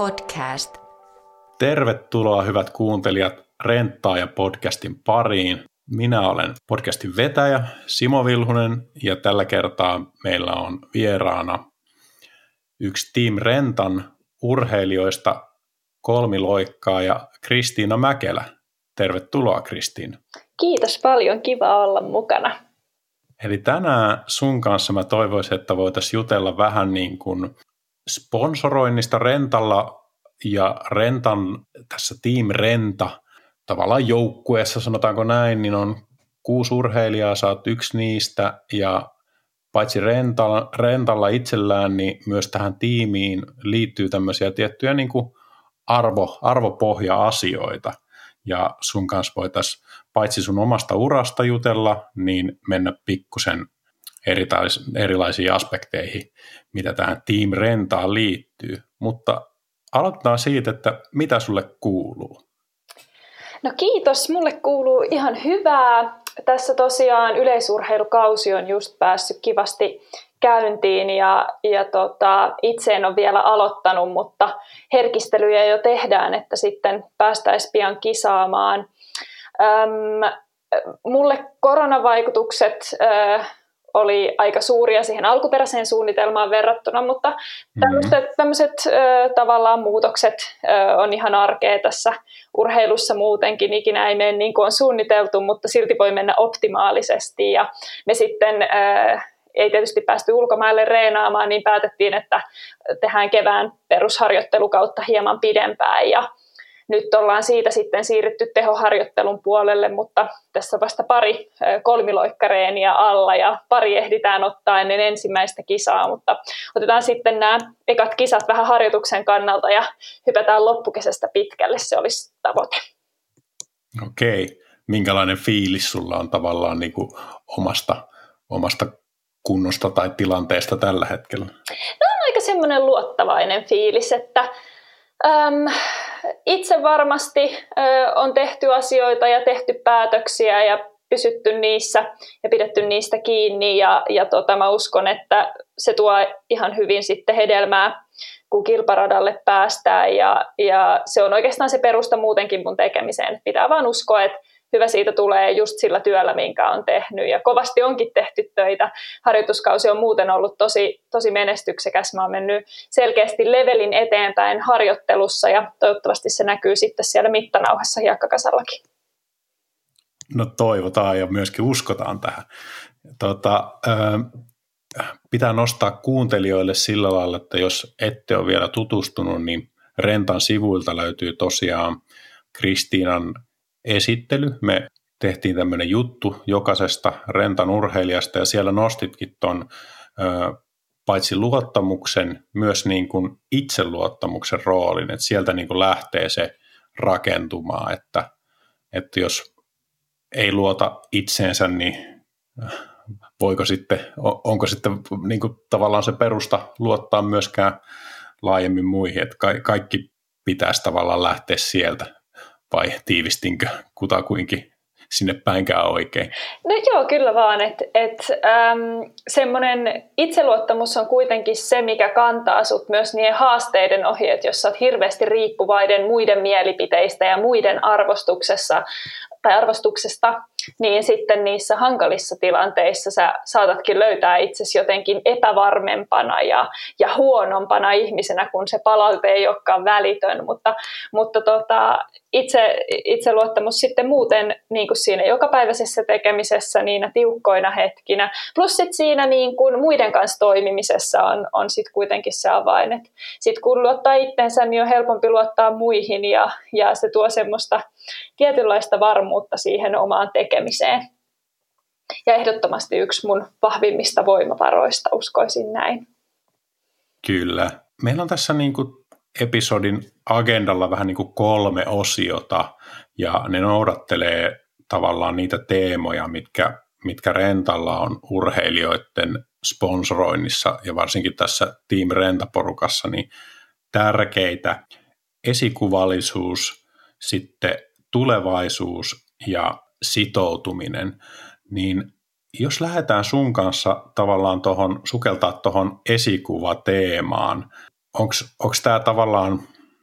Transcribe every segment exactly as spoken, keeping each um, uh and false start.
podcast. Tervetuloa hyvät kuuntelijat Renttaaja-podcastin pariin. Minä olen podcastin vetäjä Simo Vilhunen ja tällä kertaa meillä on vieraana yksi Team Rentan urheilijoista kolmiloikkaaja Kristiina Mäkelä. Tervetuloa Kristiina. Kiitos paljon, kiva olla mukana. Eli tänään sun kanssa mä toivoisin, että voitaisiin jutella vähän niin kuin sponsoroinnista Rentalla ja Rentan tässä Team Renta tavallaan joukkueessa, sanotaanko näin, niin on kuusi urheilijaa, sä oot yksi niistä ja paitsi Rentalla, Rentalla itsellään, niin myös tähän tiimiin liittyy tämmöisiä tiettyjä niin kuin arvo, arvopohja-asioita ja sun kanssa voitaisiin paitsi sun omasta urasta jutella, niin mennä pikkusen erilaisiin aspekteihin, mitä tähän Team Rentaan liittyy. Mutta aloitetaan siitä, että mitä sulle kuuluu? No kiitos, mulle kuuluu ihan hyvää. Tässä tosiaan yleisurheilukausi on just päässyt kivasti käyntiin ja, ja tota, itse en ole vielä aloittanut, mutta herkistelyjä jo tehdään, että sitten päästäisiin pian kisaamaan. Öm, mulle koronavaikutukset ö, oli aika suuria siihen alkuperäiseen suunnitelmaan verrattuna, mutta tämmöiset, tämmöiset ö, tavallaan muutokset ö, on ihan arkea tässä urheilussa muutenkin. Ikinä ei mene niin kuin on suunniteltu, mutta silti voi mennä optimaalisesti ja me sitten ö, ei tietysti päästy ulkomaille reenaamaan, niin päätettiin, että tehdään kevään perusharjoittelukautta hieman pidempään ja nyt ollaan siitä sitten siirrytty tehoharjoittelun puolelle, mutta tässä vasta pari kolmiloikkareeniä alla ja pari ehditään ottaa ennen ensimmäistä kisaa, mutta otetaan sitten nämä ekat kisat vähän harjoituksen kannalta ja hypätään loppukesästä pitkälle, se olisi tavoite. Okei, minkälainen fiilis sulla on tavallaan niin kuin omasta, omasta kunnosta tai tilanteesta tällä hetkellä? No on aika semmoinen luottavainen fiilis, että Öm, itse varmasti ö, on tehty asioita ja tehty päätöksiä ja pysytty niissä ja pidetty niistä kiinni ja, ja tota, mä uskon, että se tuo ihan hyvin sitten hedelmää, kun kilparadalle päästään ja, ja se on oikeastaan se perusta muutenkin mun tekemiseen. Pitää vaan uskoa, että hyvä siitä tulee just sillä työllä, minkä on tehnyt. Ja kovasti onkin tehty töitä. Harjoituskausi on muuten ollut tosi, tosi menestyksekäs. Mä oon mennyt selkeästi levelin eteenpäin harjoittelussa ja toivottavasti se näkyy sitten siellä mittanauhassa hiekkakasallakin. No toivotaan ja myöskin uskotaan tähän. Tota, pitää nostaa kuuntelijoille sillä lailla, että jos ette ole vielä tutustunut, niin Rentan sivuilta löytyy tosiaan Kristiinan esittely. Me tehtiin tämmöinen juttu jokaisesta Rentan urheilijasta ja siellä nostitkin ton ö, paitsi luottamuksen, myös niin kuin itseluottamuksen roolin, että sieltä niin kuin lähtee se rakentumaan, että, että jos ei luota itseensä, niin voiko sitten, onko sitten niin kuin tavallaan se perusta luottaa myöskään laajemmin muihin, että kaikki pitäisi tavallaan lähteä sieltä. Vai tiivistinkö kutakuinkin sinne päinkään oikein? No joo, kyllä vaan. Et, et, ähm, semmoinen itseluottamus on kuitenkin se, mikä kantaa sut myös niiden haasteiden ohi, että jos sä oot hirveästi riippuvainen muiden mielipiteistä ja muiden arvostuksessa, tai arvostuksesta, niin sitten niissä hankalissa tilanteissa sä saatatkin löytää itsesi jotenkin epävarmempana ja, ja huonompana ihmisenä, kun se palaute ei olekaan välitön, mutta, mutta tota, itse, itseluottamus sitten muuten niin kuin siinä jokapäiväisessä tekemisessä niinä tiukkoina hetkinä, plus sit siinä niin kuin muiden kanssa toimimisessa on, on sit kuitenkin se avain, että sit kun luottaa itteensä, niin on helpompi luottaa muihin ja, ja se tuo semmoista tietynlaista varmuutta siihen omaan tekemiseen. Ja ehdottomasti yksi mun vahvimmista voimavaroista, uskoisin näin. Kyllä. Meillä on tässä niin kuin episodin agendalla vähän niin kuin kolme osiota, ja ne noudattelee tavallaan niitä teemoja, mitkä, mitkä Rentalla on urheilijoiden sponsoroinnissa, ja varsinkin tässä Team Renta-porukassa, niin tärkeitä esikuvallisuus, sitten tulevaisuus ja sitoutuminen, niin jos lähdetään sun kanssa tavallaan tohon, sukeltaa tuohon esikuvateemaan, onko tämä tavallaan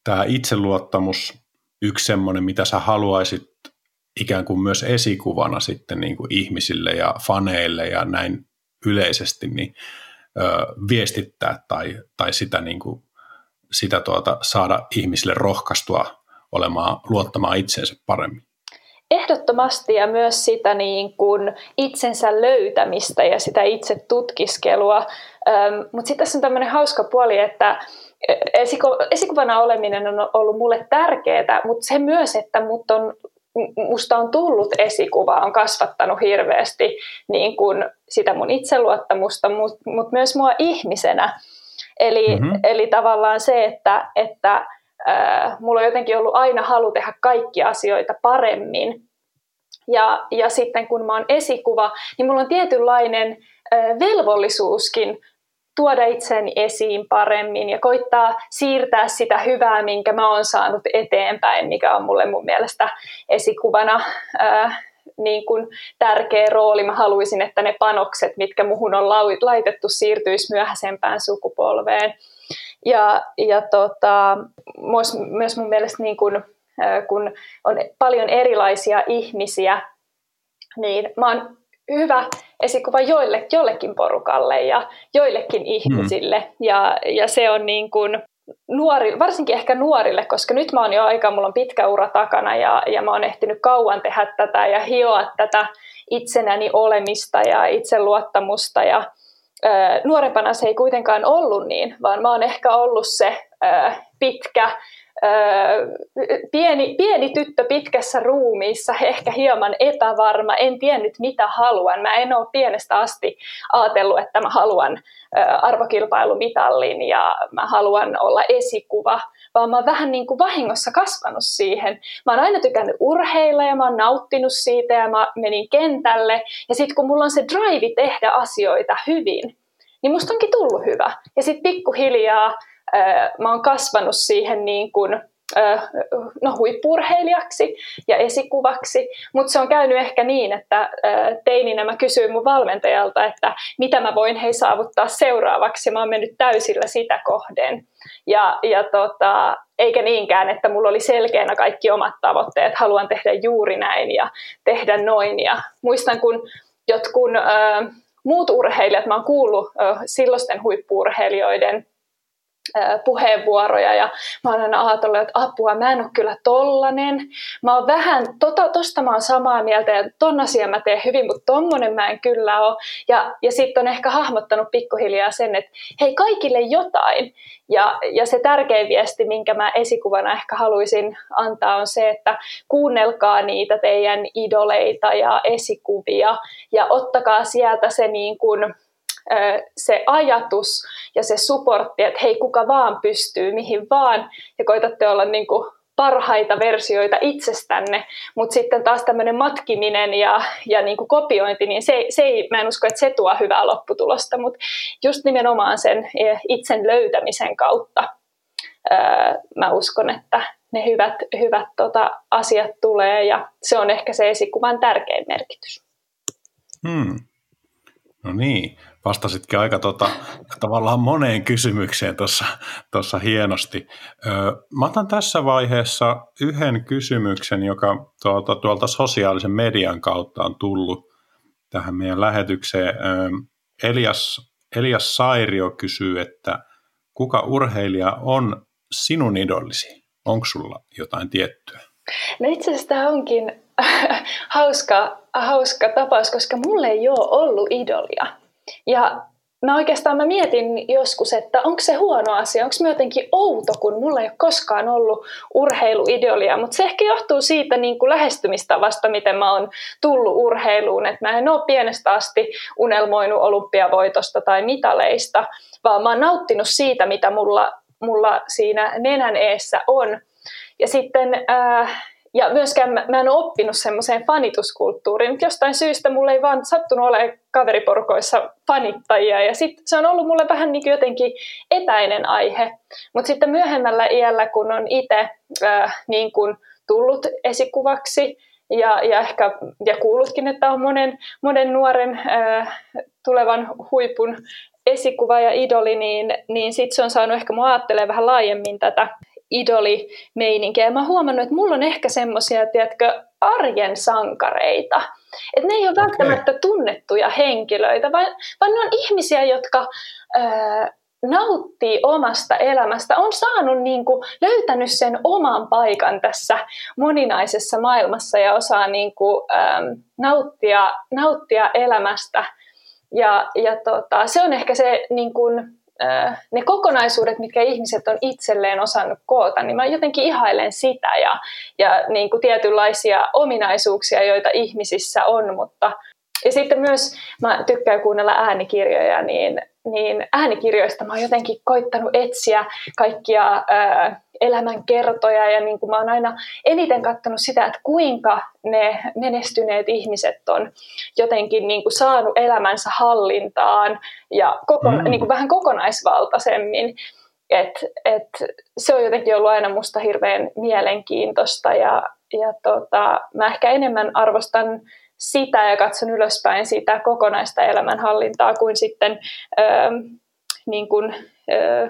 tämä itseluottamus yksi semmoinen, mitä sä haluaisit ikään kuin myös esikuvana sitten niin kuin ihmisille ja faneille ja näin yleisesti niin, ö, viestittää tai, tai sitä, niin kuin, sitä tuota, saada ihmisille rohkaistua olemaan, luottamaan itseensä paremmin? Ehdottomasti, ja myös sitä niin kuin itsensä löytämistä ja sitä itse tutkiskelua. Ähm, mutta sitten tässä on tämmöinen hauska puoli, että esiku- esikuvana oleminen on ollut mulle tärkeää, mutta se myös, että mut on, musta on tullut esikuva, on kasvattanut hirveästi niin kuin sitä mun itseluottamusta, mutta mut myös mua ihmisenä. Eli, mm-hmm. eli tavallaan se, että, että äh, mulla on jotenkin ollut aina halu tehdä kaikkia asioita paremmin. Ja, ja sitten kun mä oon esikuva, niin mulla on tietynlainen äh, velvollisuuskin tuoda itseäni esiin paremmin ja koittaa siirtää sitä hyvää, minkä mä oon saanut eteenpäin, mikä on mulle mun mielestä esikuvana äh, niin kuin tärkeä rooli. Mä haluaisin, että ne panokset, mitkä muhun on laitettu, siirtyisi myöhäisempään sukupolveen. Ja, ja tota, myös, myös mun mielestä niin kun, kun on paljon erilaisia ihmisiä, niin mä oon hyvä esikuva joille, jollekin porukalle ja joillekin ihmisille. Mm. Ja, ja se on niin kun nuori, varsinkin ehkä nuorille, koska nyt mä oon jo aika, mulla on pitkä ura takana ja, ja mä oon ehtinyt kauan tehdä tätä ja hioa tätä itsenäni olemista ja itseluottamusta. Ja ö, nuorempana se ei kuitenkaan ollut niin, vaan mä oon ehkä ollut se ö, pitkä, ö, pieni, pieni tyttö pitkässä ruumiissa, ehkä hieman epävarma, en tiennyt mitä haluan. Mä en ole pienestä asti ajatellut, että mä haluan arvokilpailumitallin ja mä haluan olla esikuva, vaan mä oon vähän niin kuin vahingossa kasvanut siihen. Mä oon aina tykännyt urheilla ja mä oon nauttinut siitä ja mä menin kentälle. Ja sitten kun mulla on se drive tehdä asioita hyvin, niin musta onkin tullut hyvä. Ja sitten pikkuhiljaa äh, mä oon kasvanut siihen niin kuin no, huippu-urheilijaksi ja esikuvaksi, mutta se on käynyt ehkä niin, että teininä mä kysyin mun valmentajalta, että mitä mä voin hei saavuttaa seuraavaksi, ja mä oon mennyt täysillä sitä kohden. Ja, ja tota, eikä niinkään, että mulla oli selkeänä kaikki omat tavoitteet, haluan tehdä juuri näin ja tehdä noin. Ja muistan, kun jotkun äh, muut urheilijat, mä oon kuullut äh, silloisten huippu-urheilijoiden puheenvuoroja ja mä oon aina ajatellut, että apua, mä en ole kyllä tollanen. Mä oon vähän, tota, tosta mä oon samaa mieltä ja ton asian mä teen hyvin, mutta tommonen mä en kyllä ole. Ja, ja sitten on ehkä hahmottanut pikkuhiljaa sen, että hei, kaikille jotain. Ja, ja se tärkein viesti, minkä mä esikuvana ehkä haluaisin antaa, on se, että kuunnelkaa niitä teidän idoleita ja esikuvia ja ottakaa sieltä se niin kuin se ajatus ja se supportti, että hei, kuka vaan pystyy, mihin vaan, ja koitatte olla niin kuin parhaita versioita itsestänne, mutta sitten taas tämmöinen matkiminen ja, ja niin kuin kopiointi, niin se, se ei, mä en usko, että se tuo hyvää lopputulosta, mutta just nimenomaan sen itsen löytämisen kautta ää, mä uskon, että ne hyvät, hyvät tota, asiat tulee, ja se on ehkä se esikuvan tärkein merkitys. Hmm. No niin, vastasitkin aika tota, tavallaan moneen kysymykseen tuossa hienosti. Ö, mä otan tässä vaiheessa yhden kysymyksen, joka tuolta, tuolta sosiaalisen median kautta on tullut tähän meidän lähetykseen. Ö, Elias, Elias Sairio kysyy, että kuka urheilija on sinun idollisi? Onko sulla jotain tiettyä? No itse asiassa tämä onkin hauska, hauska tapaus, koska mulla ei ole ollut idolia. Ja mä oikeastaan mä mietin joskus, että onko se huono asia, onko mä jotenkin outo, kun mulla ei ole koskaan ollut urheiluidolia. Mutta se ehkä johtuu siitä niin kuin lähestymistavasta, miten mä oon tullut urheiluun. Että mä en ole pienestä asti unelmoinut olympiavoitosta tai mitaleista, vaan mä oon nauttinut siitä, mitä mulla, mulla siinä nenän eessä on. Ja sitten... Äh, Ja myöskään mä, mä en ole oppinut semmoiseen fanituskulttuuriin. Jostain syystä mulla ei vaan sattunut olemaan kaveriporukoissa fanittajia. Ja sit se on ollut mulle vähän niin kuin jotenkin etäinen aihe. Mutta sitten myöhemmällä iällä, kun on itse äh, niin kuin tullut esikuvaksi ja, ja ehkä ja kuullutkin, että on monen, monen nuoren äh, tulevan huipun esikuva ja idoli, niin, niin sitten se on saanut ehkä mua ajattelemaan vähän laajemmin tätä idolimeininkiä. Ja mä oon huomannut, että mulla on ehkä semmoisia, tiedätkö, arjen sankareita. Että ne ei ole okay. välttämättä tunnettuja henkilöitä, vaan, vaan ne on ihmisiä, jotka ää, nauttii omasta elämästä, on saanut niin kuin, löytänyt sen oman paikan tässä moninaisessa maailmassa ja osaa niin kuin, ää, nauttia, nauttia elämästä. Ja, ja tota, se on ehkä se, niin kuin, äh, ne kokonaisuudet, mitkä ihmiset on itselleen osannut koota, niin mä jotenkin ihailen sitä ja, ja niin kuin tietynlaisia ominaisuuksia, joita ihmisissä on. Mutta, ja sitten myös mä tykkään kuunnella äänikirjoja, niin, niin äänikirjoista mä oon jotenkin koittanut etsiä kaikkia äh, elämänkertoja ja niin kuin mä oon aina eniten katsonut sitä, että kuinka ne menestyneet ihmiset on jotenkin niin kuin saanut elämänsä hallintaan ja koko, mm. niin kuin vähän kokonaisvaltaisemmin. Et, et se on jotenkin ollut aina musta hirveän mielenkiintoista ja, ja tota, mä ehkä enemmän arvostan sitä ja katson ylöspäin sitä kokonaista elämänhallintaa kuin sitten öö, niin kuin, öö,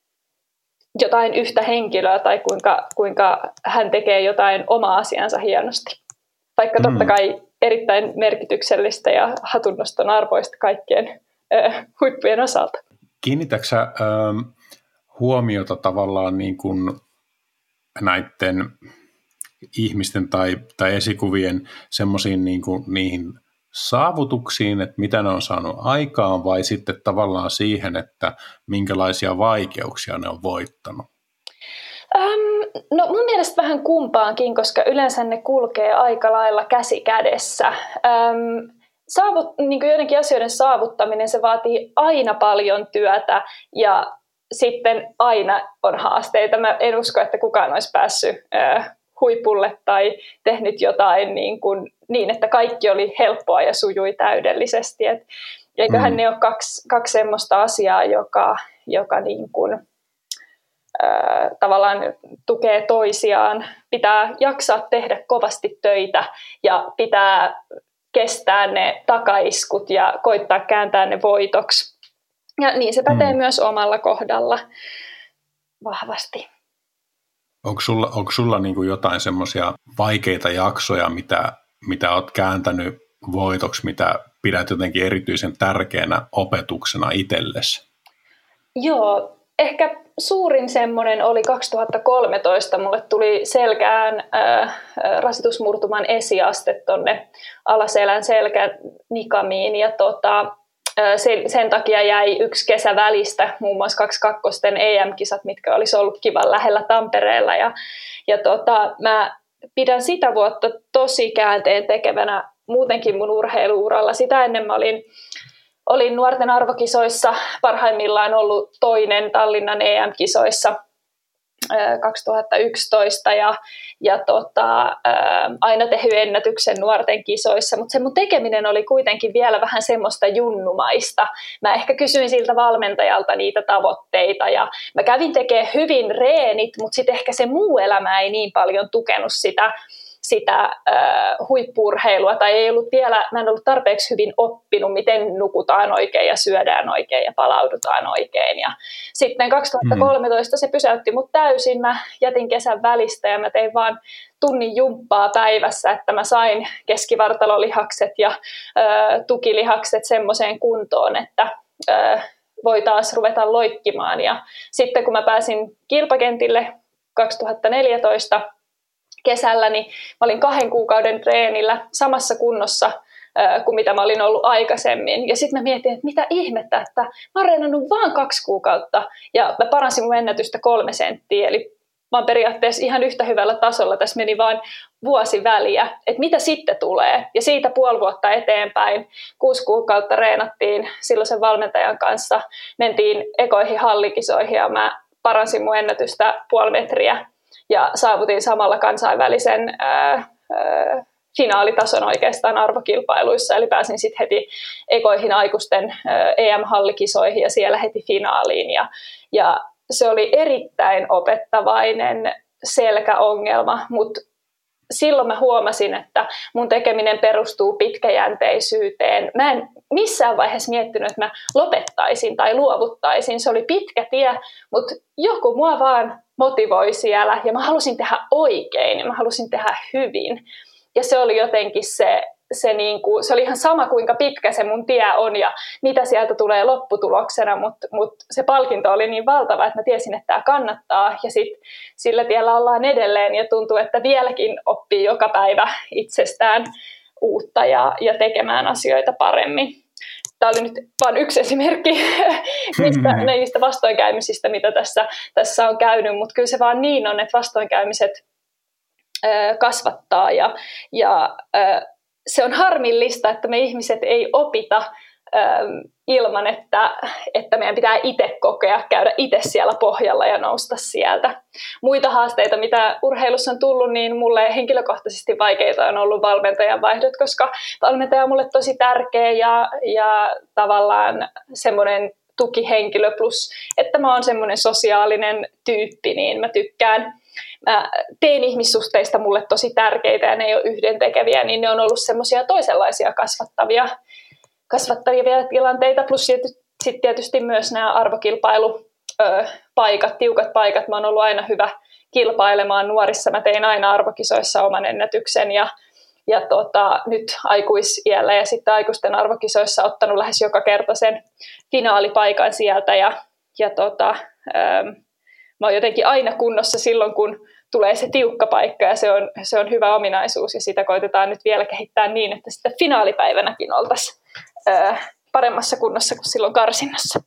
jotain yhtä henkilöä tai kuinka, kuinka hän tekee jotain omaa asiansa hienosti. Vaikka totta kai erittäin merkityksellistä ja hatunnoston arvoista kaikkien ö, huippujen osalta. Kiinnitätkö sä ö, huomiota tavallaan niin kuin näiden ihmisten tai, tai esikuvien semmoisiin niin kuin niihin saavutuksiin, että mitä ne on saanut aikaan, vai sitten tavallaan siihen, että minkälaisia vaikeuksia ne on voittanut? Öm, no mun mielestä vähän kumpaankin, koska yleensä ne kulkee aika lailla käsi kädessä. Öm, saavut, niin kuin joidenkin asioiden saavuttaminen, se vaatii aina paljon työtä ja sitten aina on haasteita. Mä en usko, että kukaan olisi päässyt ö, huipulle tai tehnyt jotain niin, kuin, niin, että kaikki oli helppoa ja sujui täydellisesti. Et, eiköhän mm. ne ole kaksi, kaksi semmoista asiaa, joka, joka niin kuin, äh, tavallaan tukee toisiaan. Pitää jaksaa tehdä kovasti töitä ja pitää kestää ne takaiskut ja koittaa kääntää ne voitoksi. Ja niin se pätee mm. myös omalla kohdalla vahvasti. Onko sulla, onko sulla niin kuin jotain semmoisia vaikeita jaksoja, mitä, mitä olet kääntänyt voitoksi, mitä pidät jotenkin erityisen tärkeänä opetuksena itsellesi? Joo, ehkä suurin semmoinen oli kaksituhattakolmetoista. Mulle tuli selkään äh, rasitusmurtuman esiaste tuonne alaselän selkänikamiin ja tota, Sen, sen takia jäi yksi kesä välistä, muun muassa kaksi kakkosten E M-kisat, mitkä olisi ollut kivan lähellä Tampereella. Ja, ja tota, mä pidän sitä vuotta tosi käänteen tekevänä muutenkin mun urheiluuralla. Sitä ennen mä olin, olin nuorten arvokisoissa, parhaimmillaan ollut toinen Tallinnan E M-kisoissa kaksituhattayksitoista ja, ja tota, ää, aina tehnyt ennätyksen nuorten kisoissa, mutta se mun tekeminen oli kuitenkin vielä vähän semmoista junnumaista. Mä ehkä kysyin siltä valmentajalta niitä tavoitteita ja mä kävin tekemään hyvin reenit, mutta sitten ehkä se muu elämä ei niin paljon tukenut sitä, sitä äh, huippu-urheilua tai ei ollut vielä, mä en ollut tarpeeksi hyvin oppinut, miten nukutaan oikein ja syödään oikein ja palaudutaan oikein. Ja sitten kaksituhattakolmetoista se pysäytti mut täysin, mä jätin kesän välistä ja mä tein vaan tunnin jumppaa päivässä, että mä sain keskivartalolihakset ja äh, tukilihakset semmoiseen kuntoon, että äh, voi taas ruveta loikkimaan. Ja sitten kun mä pääsin kilpakentille kaksituhattaneljätoista kesällä, niin mä olin kahden kuukauden treenillä samassa kunnossa äh, kuin mitä mä olin ollut aikaisemmin. Ja sitten mä mietin, että mitä ihmettä, että mä oon reenannut vaan kaksi kuukautta ja mä paransin mun ennätystä kolme senttiä. Eli mä oon periaatteessa ihan yhtä hyvällä tasolla. Tässä meni vaan vuosi väliä, että mitä sitten tulee. Ja siitä puoli vuotta eteenpäin, kuusi kuukautta reenattiin silloisen valmentajan kanssa. Mentiin ekoihin hallikisoihin ja mä paransin mun ennätystä puoli metriä. Ja saavutin samalla kansainvälisen ää, ää, finaalitason oikeastaan arvokilpailuissa. Eli pääsin sitten heti ekoihin aikuisten ää, E M-hallikisoihin ja siellä heti finaaliin. Ja, ja se oli erittäin opettavainen selkäongelma, mutta silloin mä huomasin, että mun tekeminen perustuu pitkäjänteisyyteen. Mä en missään vaiheessa miettinyt, että mä lopettaisin tai luovuttaisin. Se oli pitkä tie, mutta joku mua vaan motivoi siellä ja mä halusin tehdä oikein ja mä halusin tehdä hyvin. Ja se oli jotenkin se, se, niin kuin, se oli ihan sama kuinka pitkä se mun tie on ja mitä sieltä tulee lopputuloksena, mutta mut se palkinto oli niin valtava, että mä tiesin, että tämä kannattaa ja sitten sillä tiellä ollaan edelleen ja tuntuu, että vieläkin oppii joka päivä itsestään uutta ja, ja tekemään asioita paremmin. Tämä oli nyt vain yksi esimerkki niistä, niistä vastoinkäymisistä, mitä tässä, tässä on käynyt, mutta kyllä se vaan niin on, että vastoinkäymiset ö, kasvattaa ja, ja ö, se on harmillista, että me ihmiset ei opita ö, ilman, että, että meidän pitää itse kokea, käydä itse siellä pohjalla ja nousta sieltä. Muita haasteita, mitä urheilussa on tullut, niin mulle henkilökohtaisesti vaikeita on ollut valmentajan vaihdot, koska valmentaja on mulle tosi tärkeä ja, ja tavallaan semmoinen tukihenkilö plus, että mä oon semmoinen sosiaalinen tyyppi, niin mä tykkään. Mä teen ihmissuhteista mulle tosi tärkeitä ja ne ei ole yhdentekeviä, niin ne on ollut semmoisia toisenlaisia kasvattavia, kasvattavia tilanteita, plus sitten tietysti myös nämä arvokilpailupaikat, tiukat paikat. Mä oon ollut aina hyvä kilpailemaan nuorissa. Mä tein aina arvokisoissa oman ennätyksen ja, ja tota, nyt aikuisiällä ja sitten aikuisten arvokisoissa ottanut lähes joka kerta sen finaalipaikan sieltä ja, ja tota, ähm, mä oon jotenkin aina kunnossa silloin, kun tulee se tiukka paikka ja se on, se on hyvä ominaisuus ja sitä koitetaan nyt vielä kehittää niin, että sitten finaalipäivänäkin oltaisiin öö, paremmassa kunnossa kuin silloin karsinnassa.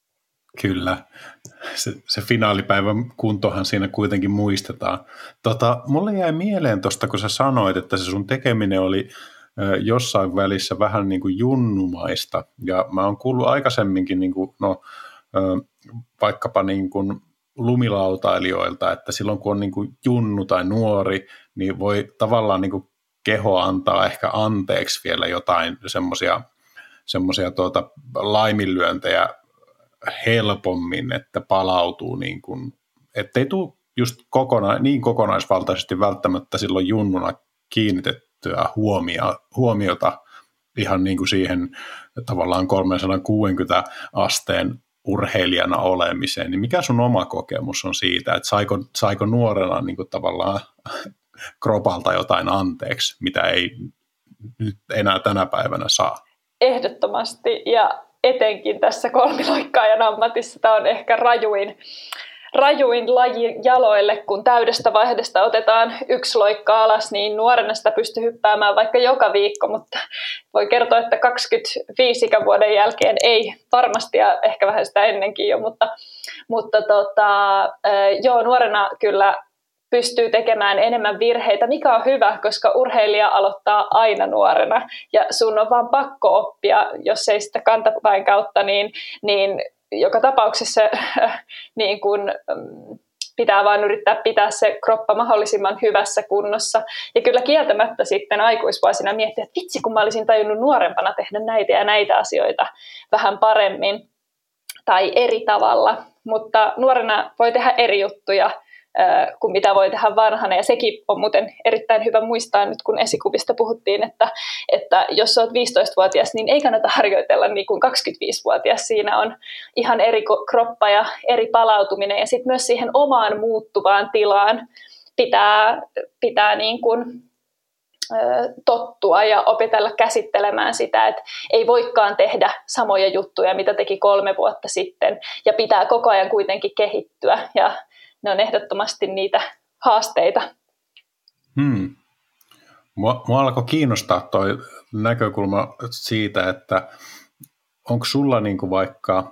Kyllä, se, se finaalipäivän kuntohan siinä kuitenkin muistetaan. Tota, mulle jäi mieleen tuosta, kun sä sanoit, että se sun tekeminen oli ö, jossain välissä vähän niin kuin junnumaista ja mä oon kuullut aikaisemminkin niin kuin, no, ö, vaikkapa niin kuin lumilautailijoilta, että silloin kun on niin kuin junnu tai nuori, niin voi tavallaan niin kuin keho antaa ehkä anteeksi vielä jotain semmoisia semmoisia tuota laiminlyöntejä helpommin, että palautuu niin kuin, ettei tule just kokona, niin kokonaisvaltaisesti välttämättä silloin junnuna kiinnitettyä huomio, huomiota ihan niin kuin siihen tavallaan kolmesataakuusikymmentä asteen urheilijana olemiseen, niin mikä sun oma kokemus on siitä, että saiko, saiko nuorena niin kuin tavallaan kropalta jotain anteeksi, mitä ei nyt enää tänä päivänä saa? Ehdottomasti ja etenkin tässä kolmiloikkaajan ammatissa tämä on ehkä rajuin, rajuin laji jaloille, kun täydestä vaihdesta otetaan yksi loikka alas, niin nuorena sitä pystyy hyppäämään vaikka joka viikko, mutta voi kertoa, että kaksikymmentäviisi vuoden jälkeen ei varmasti ja ehkä vähän sitä ennenkin jo, mutta, mutta tota, joo, nuorena kyllä pystyy tekemään enemmän virheitä, mikä on hyvä, koska urheilija aloittaa aina nuorena ja sun on vaan pakko oppia, jos ei sitä kantapäin kautta, niin, niin joka tapauksessa niin kun, pitää vaan yrittää pitää se kroppa mahdollisimman hyvässä kunnossa. Ja kyllä kieltämättä sitten aikuisvuosina miettiä, että vitsi kun mä olisin tajunnut nuorempana tehdä näitä ja näitä asioita vähän paremmin tai eri tavalla, mutta nuorena voi tehdä eri juttuja kuin mitä voi tehdä vanhana. Ja sekin on muuten erittäin hyvä muistaa nyt, kun esikuvista puhuttiin, että, että jos olet viisitoistavuotias, niin ei kannata harjoitella niin kuin kaksikymmentäviisivuotias. Siinä on ihan eri kroppa ja eri palautuminen. Ja sitten myös siihen omaan muuttuvaan tilaan pitää, pitää niin kuin, ö, tottua ja opetella käsittelemään sitä, että ei voikaan tehdä samoja juttuja, mitä teki kolme vuotta sitten. Ja pitää koko ajan kuitenkin kehittyä ja ne on ehdottomasti niitä haasteita. Hmm. Mua, mua alkoi kiinnostaa tuo näkökulma siitä, että onko sulla niinku vaikka,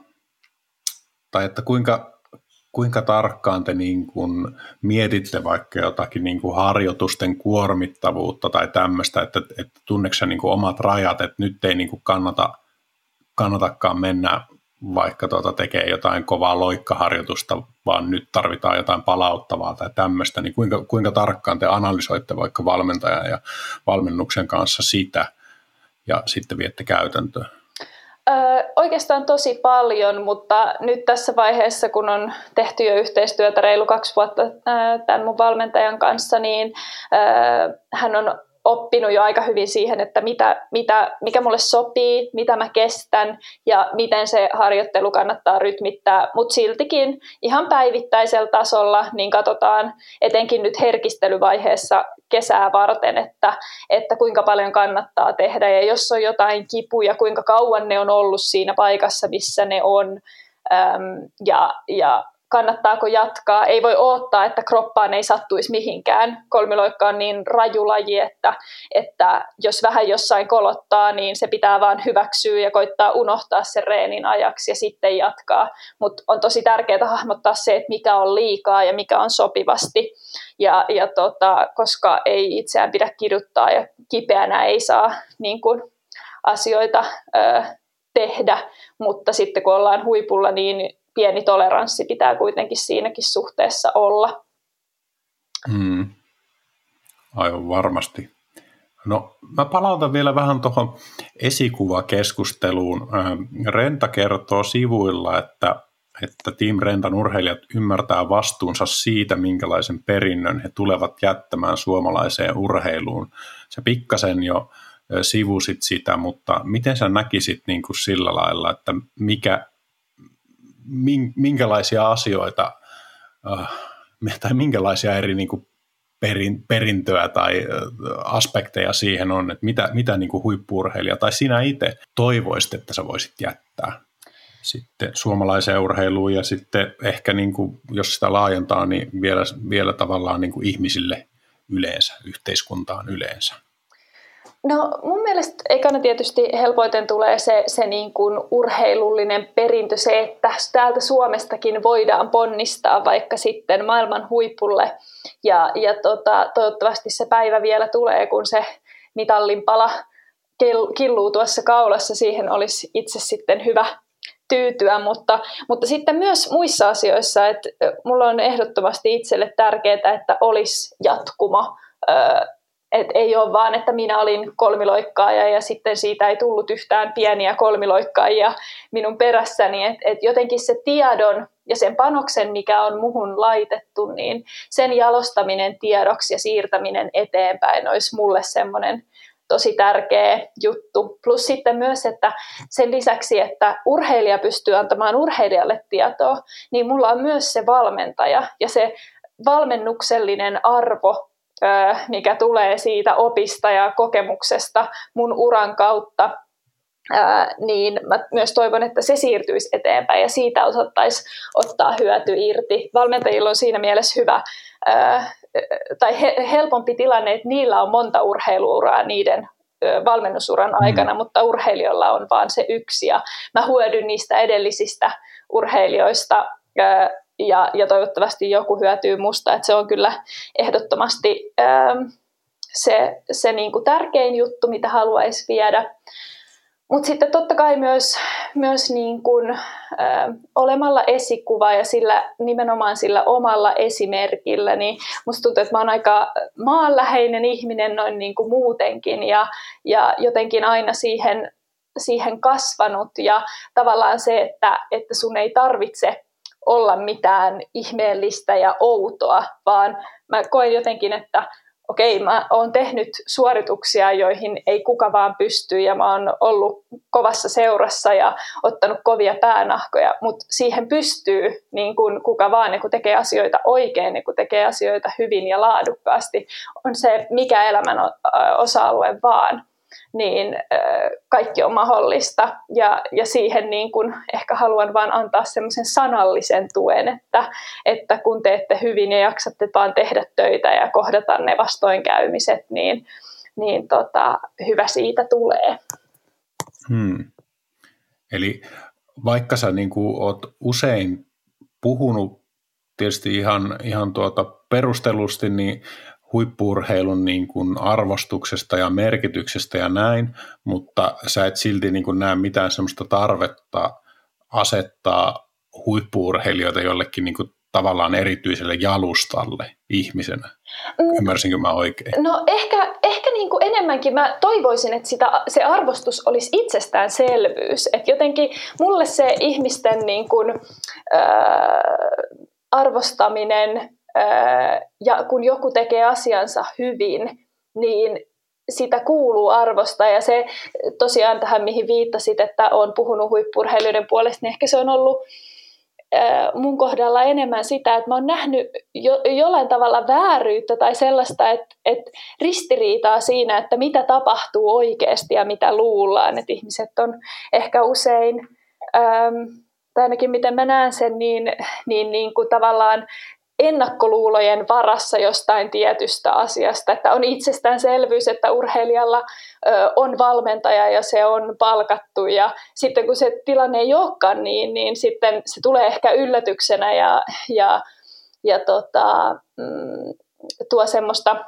tai että kuinka, kuinka tarkkaan te niinku mietitte vaikka jotakin niinku harjoitusten kuormittavuutta tai tämmöistä, että, että tunneeko sä niinku omat rajat, että nyt ei niinku kannata, kannatakaan mennä vaikka tuota tekee jotain kovaa loikkaharjoitusta, vaan nyt tarvitaan jotain palauttavaa tai tämmöistä, niin kuinka, kuinka tarkkaan te analysoitte vaikka valmentajan ja valmennuksen kanssa sitä ja sitten viette käytäntöön? Öö, oikeastaan tosi paljon, mutta nyt tässä vaiheessa, kun on tehty jo yhteistyötä reilu kaksi vuotta öö, tämän mun valmentajan kanssa, niin öö, hän on oppinut jo aika hyvin siihen, että mitä, mitä, mikä mulle sopii, mitä mä kestän ja miten se harjoittelu kannattaa rytmittää. Mutta siltikin ihan päivittäisellä tasolla niin katsotaan etenkin nyt herkistelyvaiheessa kesää varten, että, että kuinka paljon kannattaa tehdä ja jos on jotain kipuja, kuinka kauan ne on ollut siinä paikassa, missä ne on äm, ja, ja kannattaako jatkaa. Ei voi odottaa, että kroppaan ei sattuisi mihinkään. Kolmiloikka on niin raju laji, että, että jos vähän jossain kolottaa, niin se pitää vaan hyväksyä ja koittaa unohtaa sen reenin ajaksi ja sitten jatkaa. Mutta on tosi tärkeää hahmottaa se, että mikä on liikaa ja mikä on sopivasti. Ja, ja tota, koska ei itseään pidä kiduttaa ja kipeänä ei saa niin kun, asioita ö, tehdä, mutta sitten kun ollaan huipulla, niin pieni toleranssi pitää kuitenkin siinäkin suhteessa olla. Hmm. Aivan varmasti. No, mä palautan vielä vähän tuohon esikuvakeskusteluun. Renta kertoo sivuilla, että, että Team Rentan urheilijat ymmärtää vastuunsa siitä, minkälaisen perinnön he tulevat jättämään suomalaiseen urheiluun. Sä pikkasen jo sivusit sitä, mutta miten sä näkisit niin kuin sillä lailla, että mikä minkälaisia asioita tai minkälaisia eri niin kuin perin, perintöä tai aspekteja siihen on, että mitä, mitä niin kuin huippu-urheilija tai sinä itse toivoisit, että sä voisit jättää sitten suomalaiseen urheiluun ja sitten ehkä, niin kuin, jos sitä laajentaa, niin vielä, vielä tavallaan niin kuin ihmisille yleensä, yhteiskuntaan yleensä. No mun mielestä ekana tietysti helpoiten tulee se, se niin kuin urheilullinen perintö, se, että täältä Suomestakin voidaan ponnistaa vaikka sitten maailman huipulle. Ja, ja tota, toivottavasti se päivä vielä tulee, kun se mitallinpala killuu tuossa kaulassa, siihen olisi itse sitten hyvä tyytyä, mutta, mutta sitten myös muissa asioissa, että mulla on ehdottomasti itselle tärkeää, että olisi jatkumo. Et ei ole vaan, että minä olin kolmiloikkaaja ja sitten siitä ei tullut yhtään pieniä kolmiloikkaajia minun perässäni. Et, et jotenkin se tiedon ja sen panoksen, mikä on muhun laitettu, niin sen jalostaminen tiedoksi ja siirtäminen eteenpäin olisi mulle semmoinen tosi tärkeä juttu. Plus sitten myös, että sen lisäksi, että urheilija pystyy antamaan urheilijalle tietoa, niin mulla on myös se valmentaja ja se valmennuksellinen arvo, mikä tulee siitä opista ja kokemuksesta mun uran kautta, ää, niin mä myös toivon, että se siirtyisi eteenpäin ja siitä osattaisiin ottaa hyöty irti. Valmentajilla on siinä mielessä hyvä ää, tai he, helpompi tilanne, että niillä on monta urheiluuraa niiden ää, valmennusuran aikana, mm. mutta urheilijoilla on vaan se yksi ja mä hyödyn niistä edellisistä urheilijoista ää, Ja, ja toivottavasti joku hyötyy musta, että se on kyllä ehdottomasti ähm, se, se niin kuin tärkein juttu, mitä haluaisi viedä. Mutta sitten totta kai myös, myös niin kuin, äh, olemalla esikuva ja sillä, nimenomaan sillä omalla esimerkillä, niin musta tuntuu, että mä oon aika maanläheinen ihminen noin niin kuin muutenkin ja, ja jotenkin aina siihen, siihen kasvanut ja tavallaan se, että, että sun ei tarvitse olla mitään ihmeellistä ja outoa, vaan mä koen jotenkin, että okei, mä oon tehnyt suorituksia, joihin ei kuka vaan pysty, ja mä oon ollut kovassa seurassa ja ottanut kovia päänahkoja, mutta siihen pystyy niin kun kuka vaan, ja kun tekee asioita oikein, ja kun tekee asioita hyvin ja laadukkaasti, on se mikä elämän osa-alue vaan, niin kaikki on mahdollista ja, ja siihen niin kun ehkä haluan vaan antaa semmoisen sanallisen tuen, että, että kun teette hyvin ja jaksatte vaan tehdä töitä ja kohdata ne vastoinkäymiset, niin, niin tota, hyvä siitä tulee. Hmm. Eli vaikka sä niin kuin oot usein puhunut tietysti ihan, ihan tuota perustellusti, niin huippu-urheilun niin kuin arvostuksesta ja merkityksestä ja näin, mutta sä et silti niin kuin näe mitään semmoista tarvetta asettaa huippu-urheilijoita jollekin niin kuin tavallaan erityiselle jalustalle ihmisenä. Ymmärsinkö mä oikein? No ehkä, ehkä niin kuin enemmän enemmänkin mä toivoisin, että sitä, se arvostus olisi itsestäänselvyys. Että jotenkin mulle se ihmisten niin kuin, ää, arvostaminen, ää, ja kun joku tekee asiansa hyvin, niin sitä kuuluu arvostaa. Ja se tosiaan tähän, mihin viittasit, että olen puhunut huippu-urheilijoiden puolesta, niin ehkä se on ollut mun kohdalla enemmän sitä, että mä oon nähnyt jo, jollain tavalla vääryyttä tai sellaista, että, että ristiriitaa siinä, että mitä tapahtuu oikeasti ja mitä luullaan. Että ihmiset on ehkä usein, ähm, tai ainakin miten mä näen sen, niin, niin, niin kuin tavallaan ennakkoluulojen varassa jostain tietystä asiasta, että on itsestäänselvyys, että urheilijalla ö, on valmentaja ja se on palkattu, ja sitten kun se tilanne ei olekaan niin, niin sitten se tulee ehkä yllätyksenä ja, ja, ja tota, mm, tuo semmoista,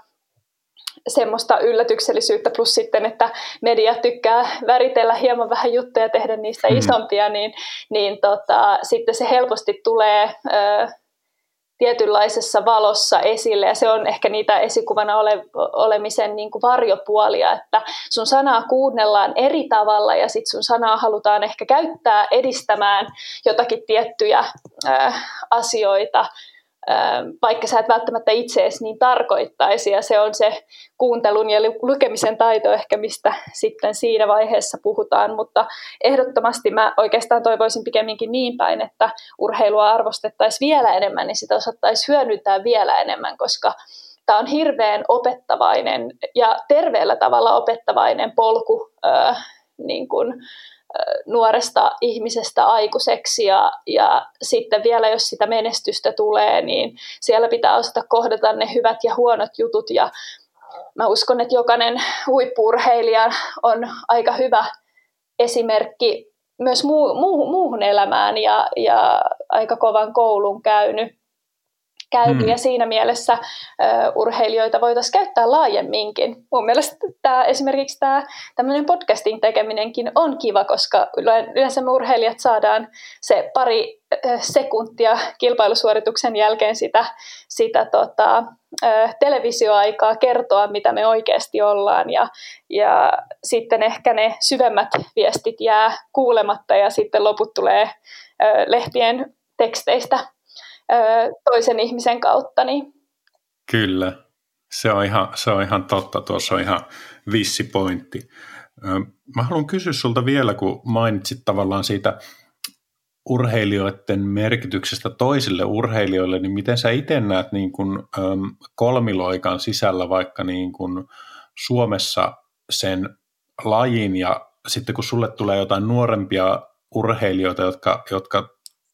semmoista yllätyksellisyyttä, plus sitten, että media tykkää väritellä hieman vähän juttuja ja tehdä niistä hmm. isompia, niin, niin tota, sitten se helposti tulee Ö, tietynlaisessa valossa esille, ja se on ehkä niitä esikuvana ole, olemisen niin kuin varjopuolia, että sun sanaa kuunnellaan eri tavalla ja sit sun sanaa halutaan ehkä käyttää edistämään jotakin tiettyjä ää, asioita, ää, vaikka sä et välttämättä itse edes niin tarkoittaisi, ja se on se kuuntelun ja lukemisen taito ehkä, mistä sitten siinä vaiheessa puhutaan, mutta ehdottomasti mä oikeastaan toivoisin pikemminkin niin päin, että urheilua arvostettaisiin vielä enemmän, niin sitä osattaisiin hyödyntää vielä enemmän, koska tämä on hirveän opettavainen ja terveellä tavalla opettavainen polku äh, niin kuin, äh, nuoresta ihmisestä aikuiseksi, ja, ja sitten vielä jos sitä menestystä tulee, niin siellä pitää osata kohdata ne hyvät ja huonot jutut, ja mä uskon, että jokainen huippu-urheilija on aika hyvä esimerkki myös muu, muu, muuhun elämään ja, ja aika kovan koulun käynyt. käynyt hmm. Ja siinä mielessä uh, urheilijoita voitaisiin käyttää laajemminkin. Mun mielestä tää, esimerkiksi tämä tämmöinen podcastin tekeminenkin on kiva, koska yleensä me urheilijat saadaan se pari uh, sekuntia kilpailusuorituksen jälkeen sitä, sitä tota, uh, televisioaikaa kertoa, mitä me oikeasti ollaan, ja, ja sitten ehkä ne syvemmät viestit jää kuulematta, ja sitten loput tulee uh, lehtien teksteistä toisen ihmisen kautta. Niin. Kyllä, se on, ihan, se on ihan totta, tuossa on ihan vissi pointti. Mä haluan kysyä sulta vielä, kun mainitsit tavallaan siitä urheilijoiden merkityksestä toisille urheilijoille, niin miten sä itse näet niin kuin kolmiloikan sisällä vaikka niin kuin Suomessa sen lajin, ja sitten kun sulle tulee jotain nuorempia urheilijoita, jotka, jotka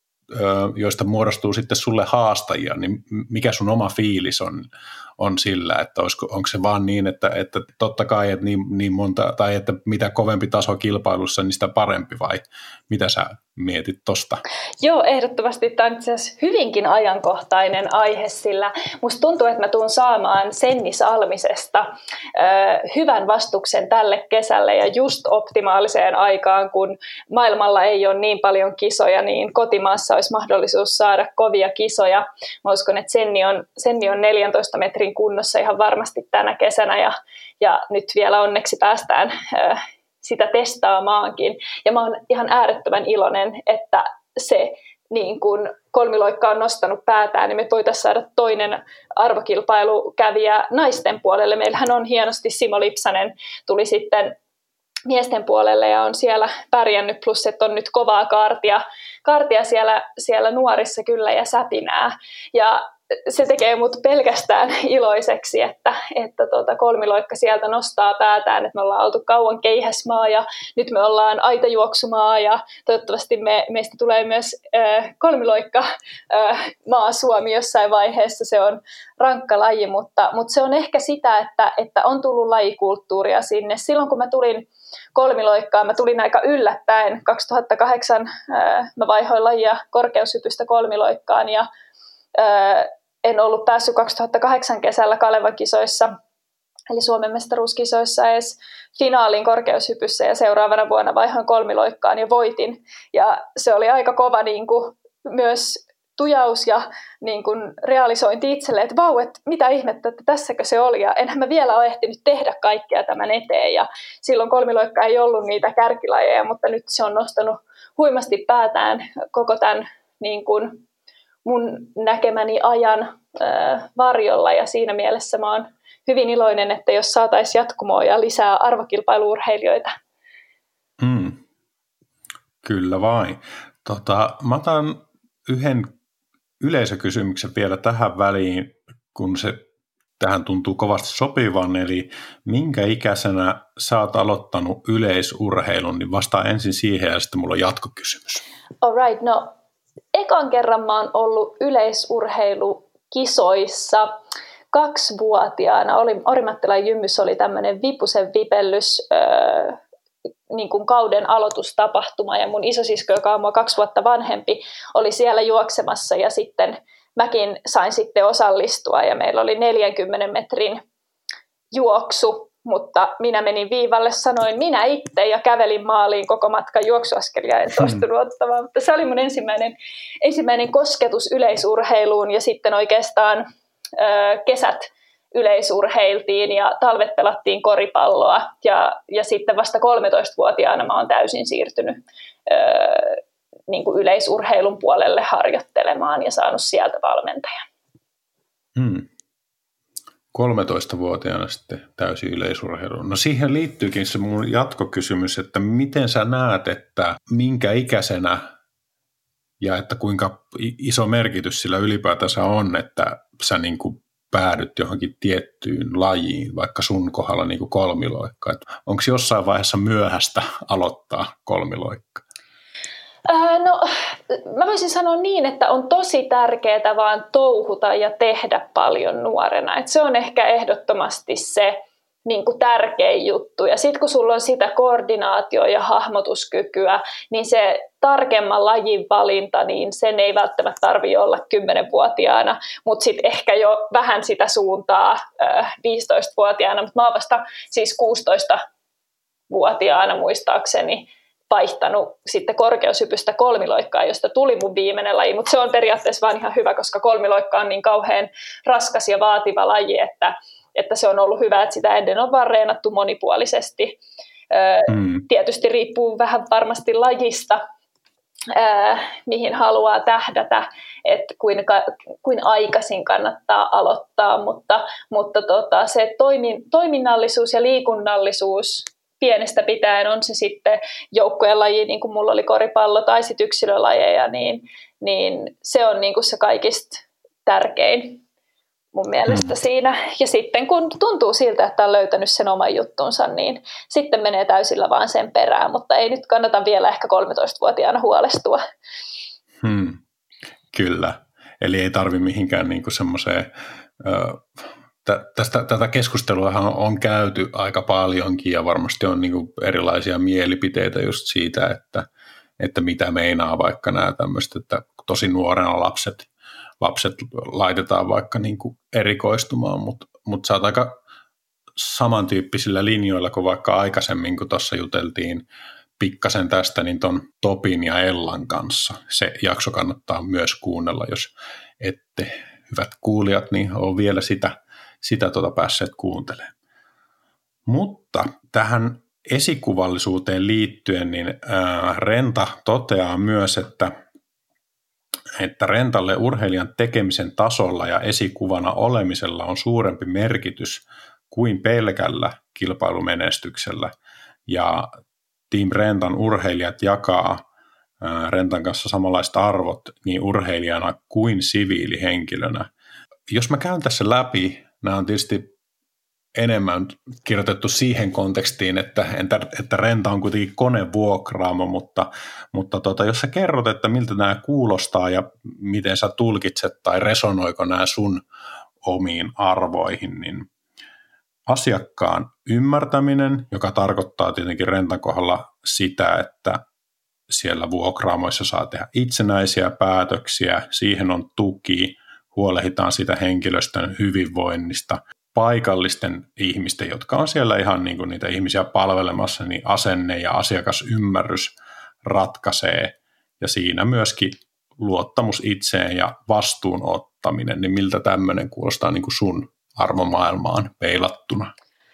joista muodostuu sitten sulle haastajia, niin mikä sun oma fiilis on, on sillä, että olisiko, onko se vaan niin, että, että totta kai, että niin, niin monta, tai että mitä kovempi taso kilpailussa, niin sitä parempi, vai mitä sä mietit tosta? Joo, ehdottomasti tämä on itse asiassa hyvinkin ajankohtainen aihe, sillä musta tuntuu, että mä tuun saamaan Senni Salmisesta ö, hyvän vastuksen tälle kesälle, ja just optimaaliseen aikaan, kun maailmalla ei ole niin paljon kisoja, niin kotimaassa olisi mahdollisuus saada kovia kisoja. Mä uskon, että Senni on, Senni on neljäntoista metrin kunnossa ihan varmasti tänä kesänä, ja, ja nyt vielä onneksi päästään ö, sitä testaamaankin. Ja mä oon ihan äärettömän iloinen, että se niin kun kolmiloikka on nostanut päätään, niin me voitaisiin saada toinen arvokilpailukävijä naisten puolelle. Meillähän on hienosti Simo Lipsanen tuli sitten miesten puolelle ja on siellä pärjännyt, plus että on nyt kovaa kaartia, kaartia siellä, siellä nuorissa kyllä ja säpinää. Ja se tekee mut pelkästään iloiseksi, että, että tuota kolmiloikka sieltä nostaa päätään, että me ollaan oltu kauan keihäsmaa ja nyt me ollaan aitajuoksumaa, ja toivottavasti me, meistä tulee myös äh, kolmiloikka äh, maa Suomi jossain vaiheessa. Se on rankka laji, mutta, mutta se on ehkä sitä, että, että on tullut lajikulttuuria sinne. Silloin kun mä tulin kolmiloikkaan, mä tulin aika yllättäen. kaksituhattakahdeksan äh, mä vaihoin lajia korkeushypystä kolmiloikkaan, ja äh, en ollut päässyt kaksituhattakahdeksan kesällä Kalevan kisoissa, eli Suomen mestaruuskisoissa edes finaalin korkeushypyssä, ja seuraavana vuonna vaihoin kolmiloikkaan ja voitin. Ja se oli aika kova niin kuin, myös tujaus ja niin kuin realisointi itselle, että vau, että mitä ihmettä, että tässäkö se oli, ja enhän mä vielä ole ehtinyt tehdä kaikkea tämän eteen, ja silloin kolmiloikka ei ollut niitä kärkilajeja, mutta nyt se on nostanut huimasti päätään koko tämän niin kuin mun näkemäni ajan äh, varjolla, ja siinä mielessä mä oon hyvin iloinen, että jos saataisiin jatkumoa ja lisää arvokilpailu-urheilijoita. Hmm. Kyllä vain. Tota, mä otan yhden yleisökysymyksen vielä tähän väliin, kun se tähän tuntuu kovasti sopivan, eli minkä ikäisenä sä oot aloittanut yleisurheilun, niin vastaa ensin siihen ja sitten mulla on jatkokysymys. Alright, no ekan kerran mä oon ollut yleisurheilukisoissa kaksivuotiaana. Oli, Orimattilan Jymmys oli tämmöinen Vipusen vipellys, öö, niin kuin kauden aloitustapahtuma, ja mun isosisko, joka on mua kaksi vuotta vanhempi, oli siellä juoksemassa, ja sitten mäkin sain sitten osallistua, ja meillä oli neljänkymmenen metrin juoksu, mutta minä menin viivalle, sanoin minä itse, ja kävelin maaliin koko matkan juoksuaskelia, en suostunut ottamaan, mutta se oli mun ensimmäinen, ensimmäinen kosketus yleisurheiluun, ja sitten oikeastaan ö, kesät yleisurheiltiin ja talvet pelattiin koripalloa, ja, ja sitten vasta kolmetoistavuotiaana mä oon täysin siirtynyt ö, niin kuin yleisurheilun puolelle harjoittelemaan ja saanut sieltä valmentajan. Hmm. kolmetoistavuotiaana sitten täysin yleisurheiluun. No siihen liittyykin se mun jatkokysymys, että miten sä näet, että minkä ikäisenä ja että kuinka iso merkitys sillä ylipäätänsä on, että sä niin kuin päädyt johonkin tiettyyn lajiin, vaikka sun kohdalla niin kuin kolmiloikka. Onko jossain vaiheessa myöhäistä aloittaa kolmiloikka? Ää, no, mä voisin sanoa niin, että on tosi tärkeää vaan touhuta ja tehdä paljon nuorena. Et se on ehkä ehdottomasti se niin kuin tärkein juttu. Ja sitten kun sulla on sitä koordinaatio- ja hahmotuskykyä, niin se tarkemman lajin valinta, niin sen ei välttämättä tarvitse olla kymmenvuotiaana, mutta sitten ehkä jo vähän sitä suuntaa äh, viisitoistavuotiaana. Mutta mä oon vasta siis kuusitoistavuotiaana muistaakseni vaihtanut sitten korkeushypystä kolmiloikkaa, josta tuli mun viimeinen laji, mutta se on periaatteessa vaan ihan hyvä, koska kolmiloikka on niin kauhean raskas ja vaativa laji, että, että se on ollut hyvä, että sitä ennen on vaan reenattu monipuolisesti. Mm. Tietysti riippuu vähän varmasti lajista, mihin haluaa tähdätä, että kuinka, kuin aikaisin kannattaa aloittaa, mutta, mutta tota, se toimin, toiminnallisuus ja liikunnallisuus pienestä pitäen, on se sitten joukkojen laji, niin kuin mulla oli koripallo, tai sitten yksilölajeja, niin, niin se on niin kuin se kaikista tärkein mun mielestä mm. siinä. Ja sitten kun tuntuu siltä, että on löytänyt sen oman juttunsa, niin sitten menee täysillä vaan sen perään, mutta ei nyt kannata vielä ehkä kolmetoistavuotiaana huolestua. Hmm. Kyllä, eli ei tarvi mihinkään niinku semmoiseen... Ö- Tästä, tätä keskustelua on käyty aika paljonkin ja varmasti on niin kuin erilaisia mielipiteitä just siitä, että, että mitä meinaa vaikka nämä tämmöiset, että tosi nuorena lapset, lapset laitetaan vaikka niin kuin erikoistumaan, mutta, mutta sä oot aika samantyyppisillä linjoilla kuin vaikka aikaisemmin, kun tuossa juteltiin pikkasen tästä, niin ton Topin ja Ellan kanssa. Se jakso kannattaa myös kuunnella, jos ette, hyvät kuulijat, niin on vielä sitä sitä tuota päässeet kuuntelemaan. Mutta tähän esikuvallisuuteen liittyen, niin ää, Renta toteaa myös, että, että Rentalle urheilijan tekemisen tasolla ja esikuvana olemisella on suurempi merkitys kuin pelkällä kilpailumenestyksellä. Ja Team Rentan urheilijat jakaa ää, Rentan kanssa samanlaiset arvot niin urheilijana kuin siviilihenkilönä. Jos mä käyn tässä läpi, nämä on tietysti enemmän kirjoitettu siihen kontekstiin, että, että Renta on kuitenkin konevuokraamo, mutta, mutta tota, jos sä kerrot, että miltä nämä kuulostaa ja miten sä tulkitset tai resonoiko nämä sun omiin arvoihin, niin asiakkaan ymmärtäminen, joka tarkoittaa tietenkin Rentan kohdalla sitä, että siellä vuokraamoissa saa tehdä itsenäisiä päätöksiä, siihen on tuki, huolehditaan sitä henkilöstön hyvinvoinnista, paikallisten ihmisten, jotka on siellä ihan niin kuin niitä ihmisiä palvelemassa, niin asenne ja asiakasymmärrys ratkaisee. Ja siinä myöskin luottamus itseen ja vastuun ottaminen, niin miltä tämmöinen kuulostaa niin kuin sun arvomaailmaan peilattuna?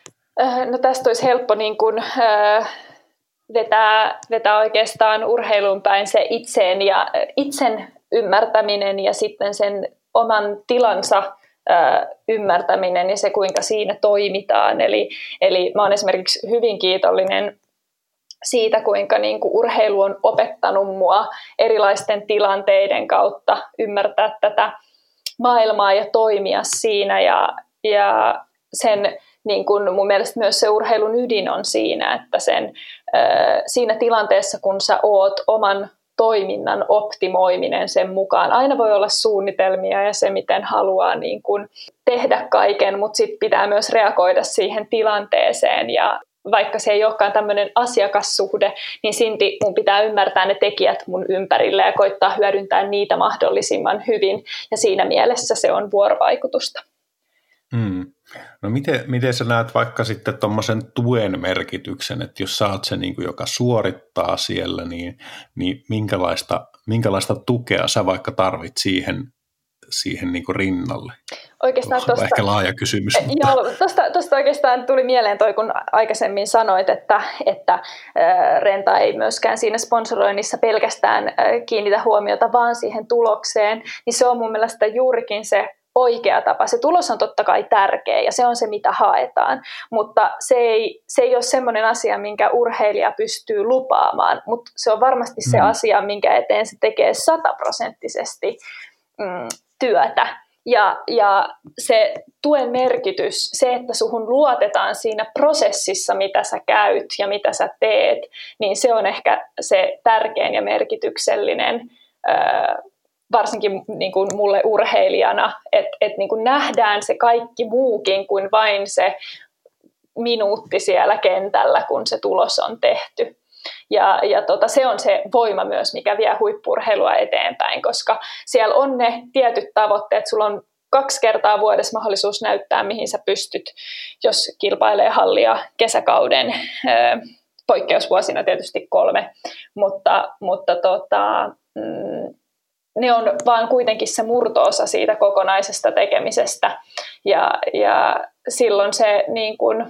No tästä olisi helppo niin kuin, äh, vetää, vetää oikeastaan urheiluun päin se itseen ja itsen ymmärtäminen ja sitten sen oman tilansa äh, ymmärtäminen ja se, kuinka siinä toimitaan. Eli, eli mä oon esimerkiksi hyvin kiitollinen siitä, kuinka niin kuin urheilu on opettanut mua erilaisten tilanteiden kautta ymmärtää tätä maailmaa ja toimia siinä. Ja, ja sen, niin kuin mun mielestä myös se urheilun ydin on siinä, että sen, äh, siinä tilanteessa, kun sä oot oman toiminnan optimoiminen sen mukaan. Aina voi olla suunnitelmia ja se, miten haluaa niin kuin tehdä kaiken, mutta sitten pitää myös reagoida siihen tilanteeseen ja vaikka se ei olekaan tämmöinen asiakassuhde, niin silti mun pitää ymmärtää ne tekijät mun ympärillä ja koittaa hyödyntää niitä mahdollisimman hyvin. Ja siinä mielessä se on vuorovaikutusta. Hmm. No miten, miten sä näet vaikka sitten tuommoisen tuen merkityksen, että jos sä oot se, niin kuin, joka suorittaa siellä, niin, niin minkälaista, minkälaista tukea sä vaikka tarvit siihen, siihen niin kuin rinnalle? Oikeastaan tosta, ehkä laaja kysymys. Mutta. Joo, tosta, tosta oikeastaan tuli mieleen toi, kun aikaisemmin sanoit, että, että äh, Renta ei myöskään siinä sponsoroinnissa pelkästään äh, kiinnitä huomiota vaan siihen tulokseen, niin se on mun mielestä juurikin se oikea tapa. Se tulos on totta kai tärkeä ja se on se, mitä haetaan, mutta se ei, se ei ole semmoinen asia, minkä urheilija pystyy lupaamaan, mutta se on varmasti se mm. asia, minkä eteen se tekee sataprosenttisesti mm, työtä. Ja, ja se tuen merkitys, se, että suhun luotetaan siinä prosessissa, mitä sä käyt ja mitä sä teet, niin se on ehkä se tärkein ja merkityksellinen varsinkin niin kuin mulle urheilijana, että et niin kuin nähdään se kaikki muukin kuin vain se minuutti siellä kentällä, kun se tulos on tehty. Ja, ja tota, se on se voima myös, mikä vie huippu-urheilua eteenpäin, koska siellä on ne tietyt tavoitteet. Sulla on kaksi kertaa vuodessa mahdollisuus näyttää, mihin sä pystyt, jos kilpailee hallia kesäkauden, poikkeusvuosina tietysti kolme, mutta, mutta tota, mm, ne on vaan kuitenkin se murto-osa siitä kokonaisesta tekemisestä ja, ja silloin se niin kuin,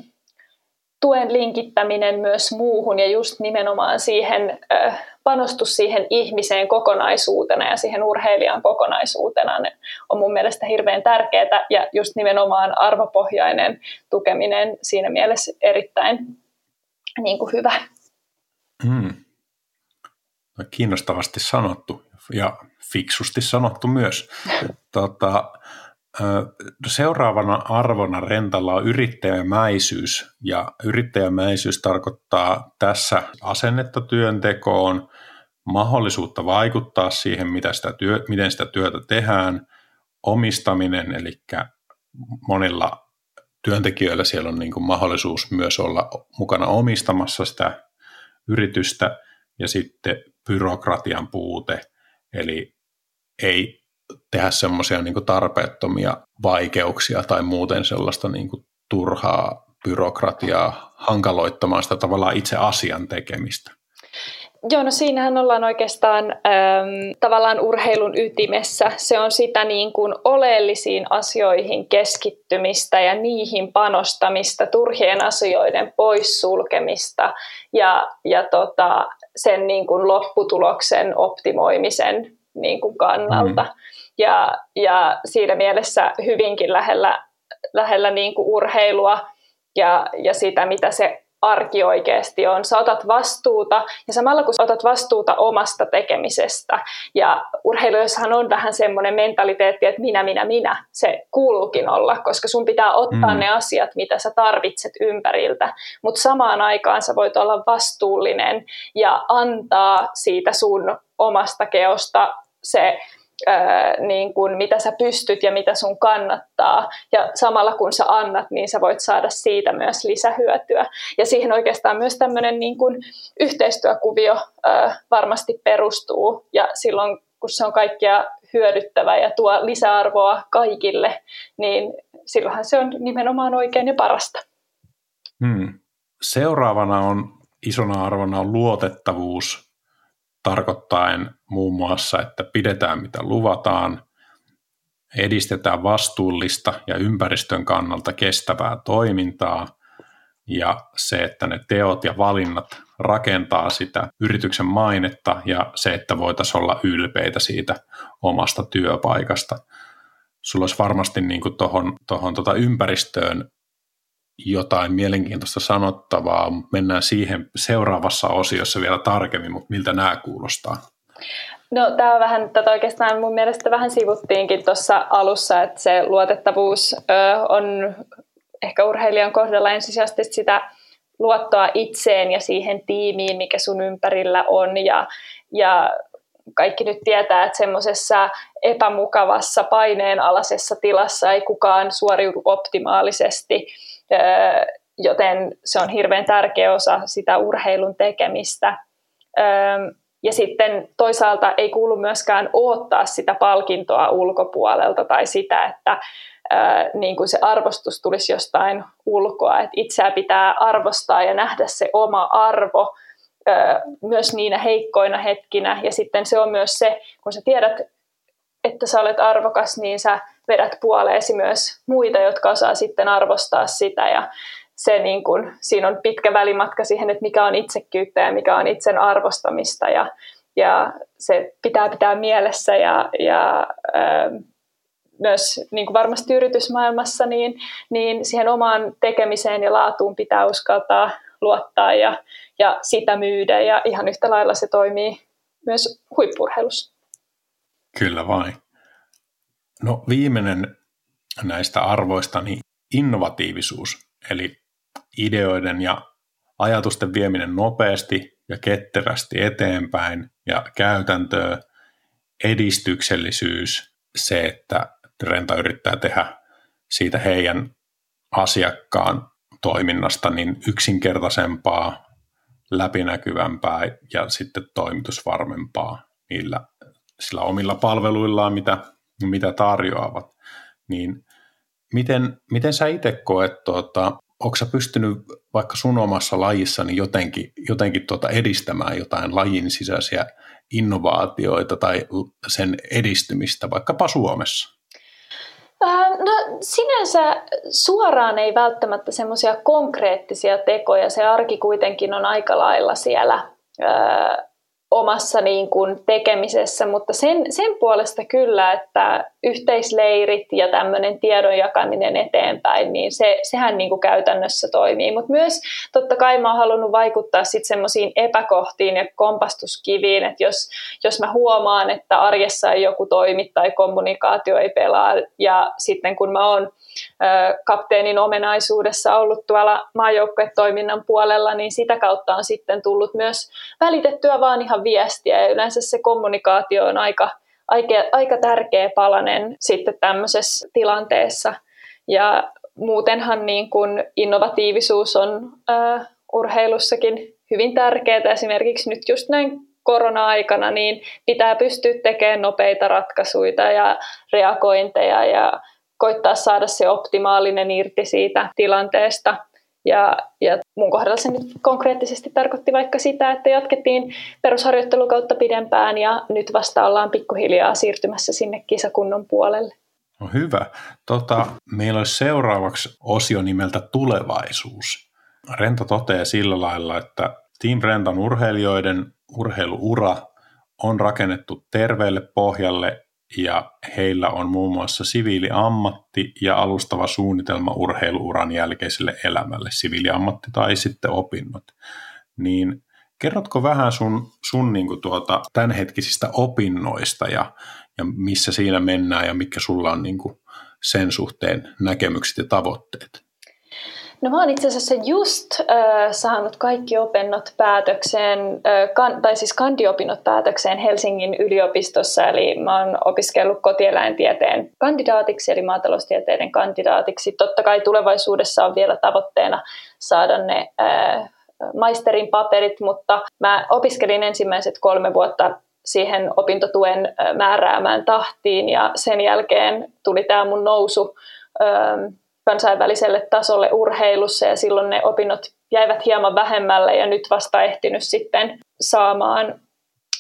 tuen linkittäminen myös muuhun ja just nimenomaan siihen äh, panostus siihen ihmiseen kokonaisuutena ja siihen urheilijan kokonaisuutena on mun mielestä hirveän tärkeää ja just nimenomaan arvopohjainen tukeminen siinä mielessä erittäin niin kuin hyvä. Hmm. No, kiinnostavasti sanottu ja fiksusti sanottu myös. Tota, seuraavana arvona Rentalla on yrittäjämäisyys, ja yrittäjämäisyys tarkoittaa tässä asennetta työntekoon, mahdollisuutta vaikuttaa siihen, mitä sitä työ, miten sitä työtä tehdään, omistaminen, eli monilla työntekijöillä siellä on niin kuin mahdollisuus myös olla mukana omistamassa sitä yritystä, ja sitten byrokratian puute, eli ei tehdä semmoisia niin kuin tarpeettomia vaikeuksia tai muuten sellaista niin kuin turhaa byrokratiaa hankaloittamaan sitä tavallaan itse asian tekemistä. Joo, no siinähän ollaan oikeastaan äm, tavallaan urheilun ytimessä. Se on sitä niin kuin oleellisiin asioihin keskittymistä ja niihin panostamista, turhien asioiden poissulkemista ja, ja tota, sen niin kuin lopputuloksen optimoimisen niin kuin kannalta. Mm. Ja, ja siinä mielessä hyvinkin lähellä, lähellä niin kuin urheilua ja, ja sitä, mitä se arki oikeasti on. Sä otat vastuuta ja samalla kun sä otat vastuuta omasta tekemisestä ja urheilijoissahan on vähän semmoinen mentaliteetti, että minä, minä, minä. Se kuuluukin olla, koska sun pitää ottaa mm. ne asiat, mitä sä tarvitset ympäriltä, mutta samaan aikaan sä voit olla vastuullinen ja antaa siitä sun omasta keosta se Ää, niin kuin, mitä sä pystyt ja mitä sun kannattaa. Ja samalla kun sä annat, niin sä voit saada siitä myös lisähyötyä. Ja siihen oikeastaan myös tämmöinen niin kuin yhteistyökuvio ää, varmasti perustuu. Ja silloin, kun se on kaikkia hyödyttävä ja tuo lisäarvoa kaikille, niin silloinhan se on nimenomaan oikein ja parasta. Hmm. Seuraavana on isona arvona on luotettavuus. tarkoittaen muun muassa, että pidetään mitä luvataan, edistetään vastuullista ja ympäristön kannalta kestävää toimintaa ja se, että ne teot ja valinnat rakentaa sitä yrityksen mainetta ja se, että voitaisiin olla ylpeitä siitä omasta työpaikasta. Sulla olisi varmasti niin kuin tohon, tohon tota ympäristöön jotain mielenkiintoista sanottavaa, mutta mennään siihen seuraavassa osiossa vielä tarkemmin, mutta miltä nämä kuulostaa? No tämä on vähän, tätä oikeastaan mun mielestä vähän sivuttiinkin tuossa alussa, että se luotettavuus ö, on ehkä urheilijan kohdalla ensisijaisesti sitä luottoa itseen ja siihen tiimiin, mikä sun ympärillä on ja, ja kaikki nyt tietää, että semmoisessa epämukavassa paineenalaisessa tilassa ei kukaan suoriudu optimaalisesti, joten se on hirveän tärkeä osa sitä urheilun tekemistä. Ja sitten toisaalta ei kuulu myöskään odottaa sitä palkintoa ulkopuolelta tai sitä, että niin kuin se arvostus tulisi jostain ulkoa. Että itseä pitää arvostaa ja nähdä se oma arvo myös niinä heikkoina hetkinä. Ja sitten se on myös se, kun sä tiedät, että sä olet arvokas, niin sä vedät puoleesi myös muita, jotka osaa sitten arvostaa sitä. Ja se niin kun, siinä on pitkä välimatka siihen, että mikä on itsekkyyttä ja mikä on itsen arvostamista. Ja, ja se pitää pitää mielessä ja, ja äh, myös niin kuin varmasti yritysmaailmassa, niin, niin siihen omaan tekemiseen ja laatuun pitää uskaltaa luottaa ja, ja sitä myydä. Ja ihan yhtä lailla se toimii myös huippu-urheilussa. Kyllä vain. No viimeinen näistä arvoista, niin innovatiivisuus, eli ideoiden ja ajatusten vieminen nopeasti ja ketterästi eteenpäin ja käytäntöön, edistyksellisyys, se, että Renta yrittää tehdä siitä heidän asiakkaan toiminnasta niin yksinkertaisempaa, läpinäkyvämpää ja sitten toimitusvarmempaa niillä sillä omilla palveluillaan, mitä, mitä tarjoavat. Niin miten, miten sä itse koet, tuota, onko sä pystynyt vaikka sun omassa lajissani jotenkin, jotenkin tuota edistämään jotain lajin sisäisiä innovaatioita tai sen edistymistä vaikkapa Suomessa? No sinänsä suoraan ei välttämättä semmoisia konkreettisia tekoja. Se arki kuitenkin on aika lailla siellä ö, omassa niin kuin tekemisessä, mutta sen, sen puolesta kyllä, että yhteisleirit ja tämmöinen tiedon jakaminen eteenpäin, niin se, sehän niin kuin käytännössä toimii. Mutta myös totta kai mä oon halunnut vaikuttaa sitten semmoisiin epäkohtiin ja kompastuskiviin, että jos, jos mä huomaan, että arjessa ei joku toimi tai kommunikaatio ei pelaa, ja sitten kun mä oon kapteenin omenaisuudessa ollut tuolla maajoukkuetoiminnan puolella, niin sitä kautta on sitten tullut myös välitettyä vaan ihan viestiä, ja yleensä se kommunikaatio on aika, aika, aika tärkeä palanen sitten tämmöisessä tilanteessa. Ja muutenhan niin kuin innovatiivisuus on äh, urheilussakin hyvin tärkeää. Esimerkiksi nyt just näin korona-aikana niin pitää pystyä tekemään nopeita ratkaisuja ja reagointeja ja koittaa saada se optimaalinen irti siitä tilanteesta. Ja, ja mun kohdalla se nyt konkreettisesti tarkoitti vaikka sitä, että jatkettiin perusharjoittelukautta pidempään ja nyt vasta ollaan pikkuhiljaa siirtymässä sinne kisakunnon puolelle. No hyvä. Tota, meillä olisi seuraavaksi osio nimeltä tulevaisuus. Renta toteaa sillä lailla, että Team Rentan urheilijoiden urheiluura on rakennettu terveelle pohjalle ja heillä on muun muassa siviiliammatti ja alustava suunnitelma urheiluuran jälkeiselle elämälle, siviiliammatti tai sitten opinnot. Niin kerrotko vähän sun, sun niin kuin tuota, tämänhetkisistä opinnoista ja, ja missä siinä mennään ja mitkä sulla on niin kuin sen suhteen näkemykset ja tavoitteet? No mä oon itse asiassa just äh, saanut kaikki opinnot päätökseen, äh, kan, tai siis kandiopinnot päätökseen Helsingin yliopistossa, eli mä oon opiskellut kotieläintieteen kandidaatiksi, eli maataloustieteiden kandidaatiksi. Totta kai tulevaisuudessa on vielä tavoitteena saada ne äh, maisterin paperit, mutta mä opiskelin ensimmäiset kolme vuotta siihen opintotuen äh, määräämään tahtiin, ja sen jälkeen tuli tää mun nousu äh, kansainväliselle tasolle urheilussa, ja silloin ne opinnot jäivät hieman vähemmälle ja nyt vasta ehtinyt sitten saamaan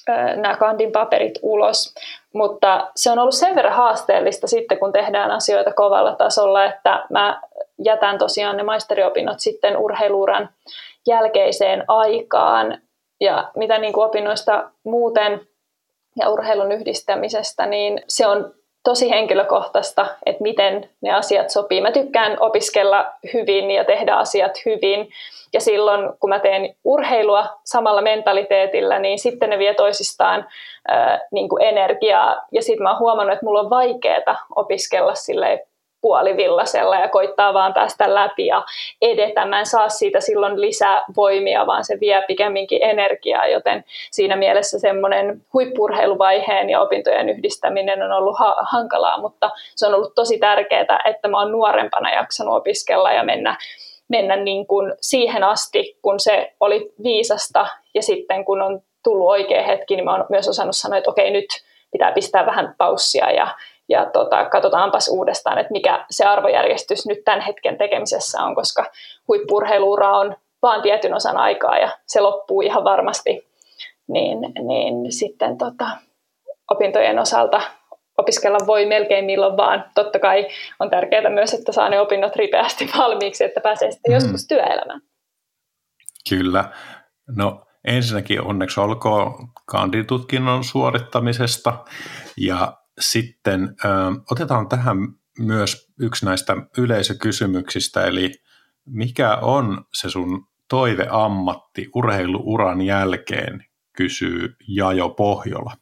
nämä kandin paperit ulos, mutta se on ollut sen verran haasteellista sitten, kun tehdään asioita kovalla tasolla, että mä jätän tosiaan ne maisteriopinnot sitten urheiluuran jälkeiseen aikaan, ja mitä niin kuin opinnoista muuten ja urheilun yhdistämisestä, niin se on tosi henkilökohtaista, että miten ne asiat sopii. Mä tykkään opiskella hyvin ja tehdä asiat hyvin. Ja silloin, kun mä teen urheilua samalla mentaliteetillä, niin sitten ne vie toisistaan ää, niin kuin energiaa. Ja sitten mä oon huomannut, että mulla on vaikeaa opiskella silleen puolivillasella ja koittaa vaan päästä läpi ja edetä. Mä en saa siitä silloin lisää voimia, vaan se vie pikemminkin energiaa, joten siinä mielessä semmoinen huippu-urheiluvaiheen ja opintojen yhdistäminen on ollut ha- hankalaa, mutta se on ollut tosi tärkeää, että mä oon nuorempana jaksanut opiskella ja mennä, mennä niin kuin siihen asti, kun se oli viisasta, ja sitten kun on tullut oikea hetki, niin mä oon myös osannut sanoa, että okei, nyt pitää pistää vähän paussia ja Ja tota, katsotaanpas uudestaan, että mikä se arvojärjestys nyt tämän hetken tekemisessä on, koska huippu-urheiluura on vaan tietyn osan aikaa ja se loppuu ihan varmasti. Niin, niin sitten tota, opintojen osalta opiskella voi melkein milloin vaan. Totta kai on tärkeää myös, että saa ne opinnot ripeästi valmiiksi, että pääsee sitten mm. joskus työelämään. Kyllä. No ensinnäkin onneksi olkoon kanditutkinnon suorittamisesta, ja sitten ö, otetaan tähän myös yksi näistä yleisökysymyksistä, eli mikä on se sun toiveammatti urheiluuran jälkeen, kysyy Jajo Pohjola.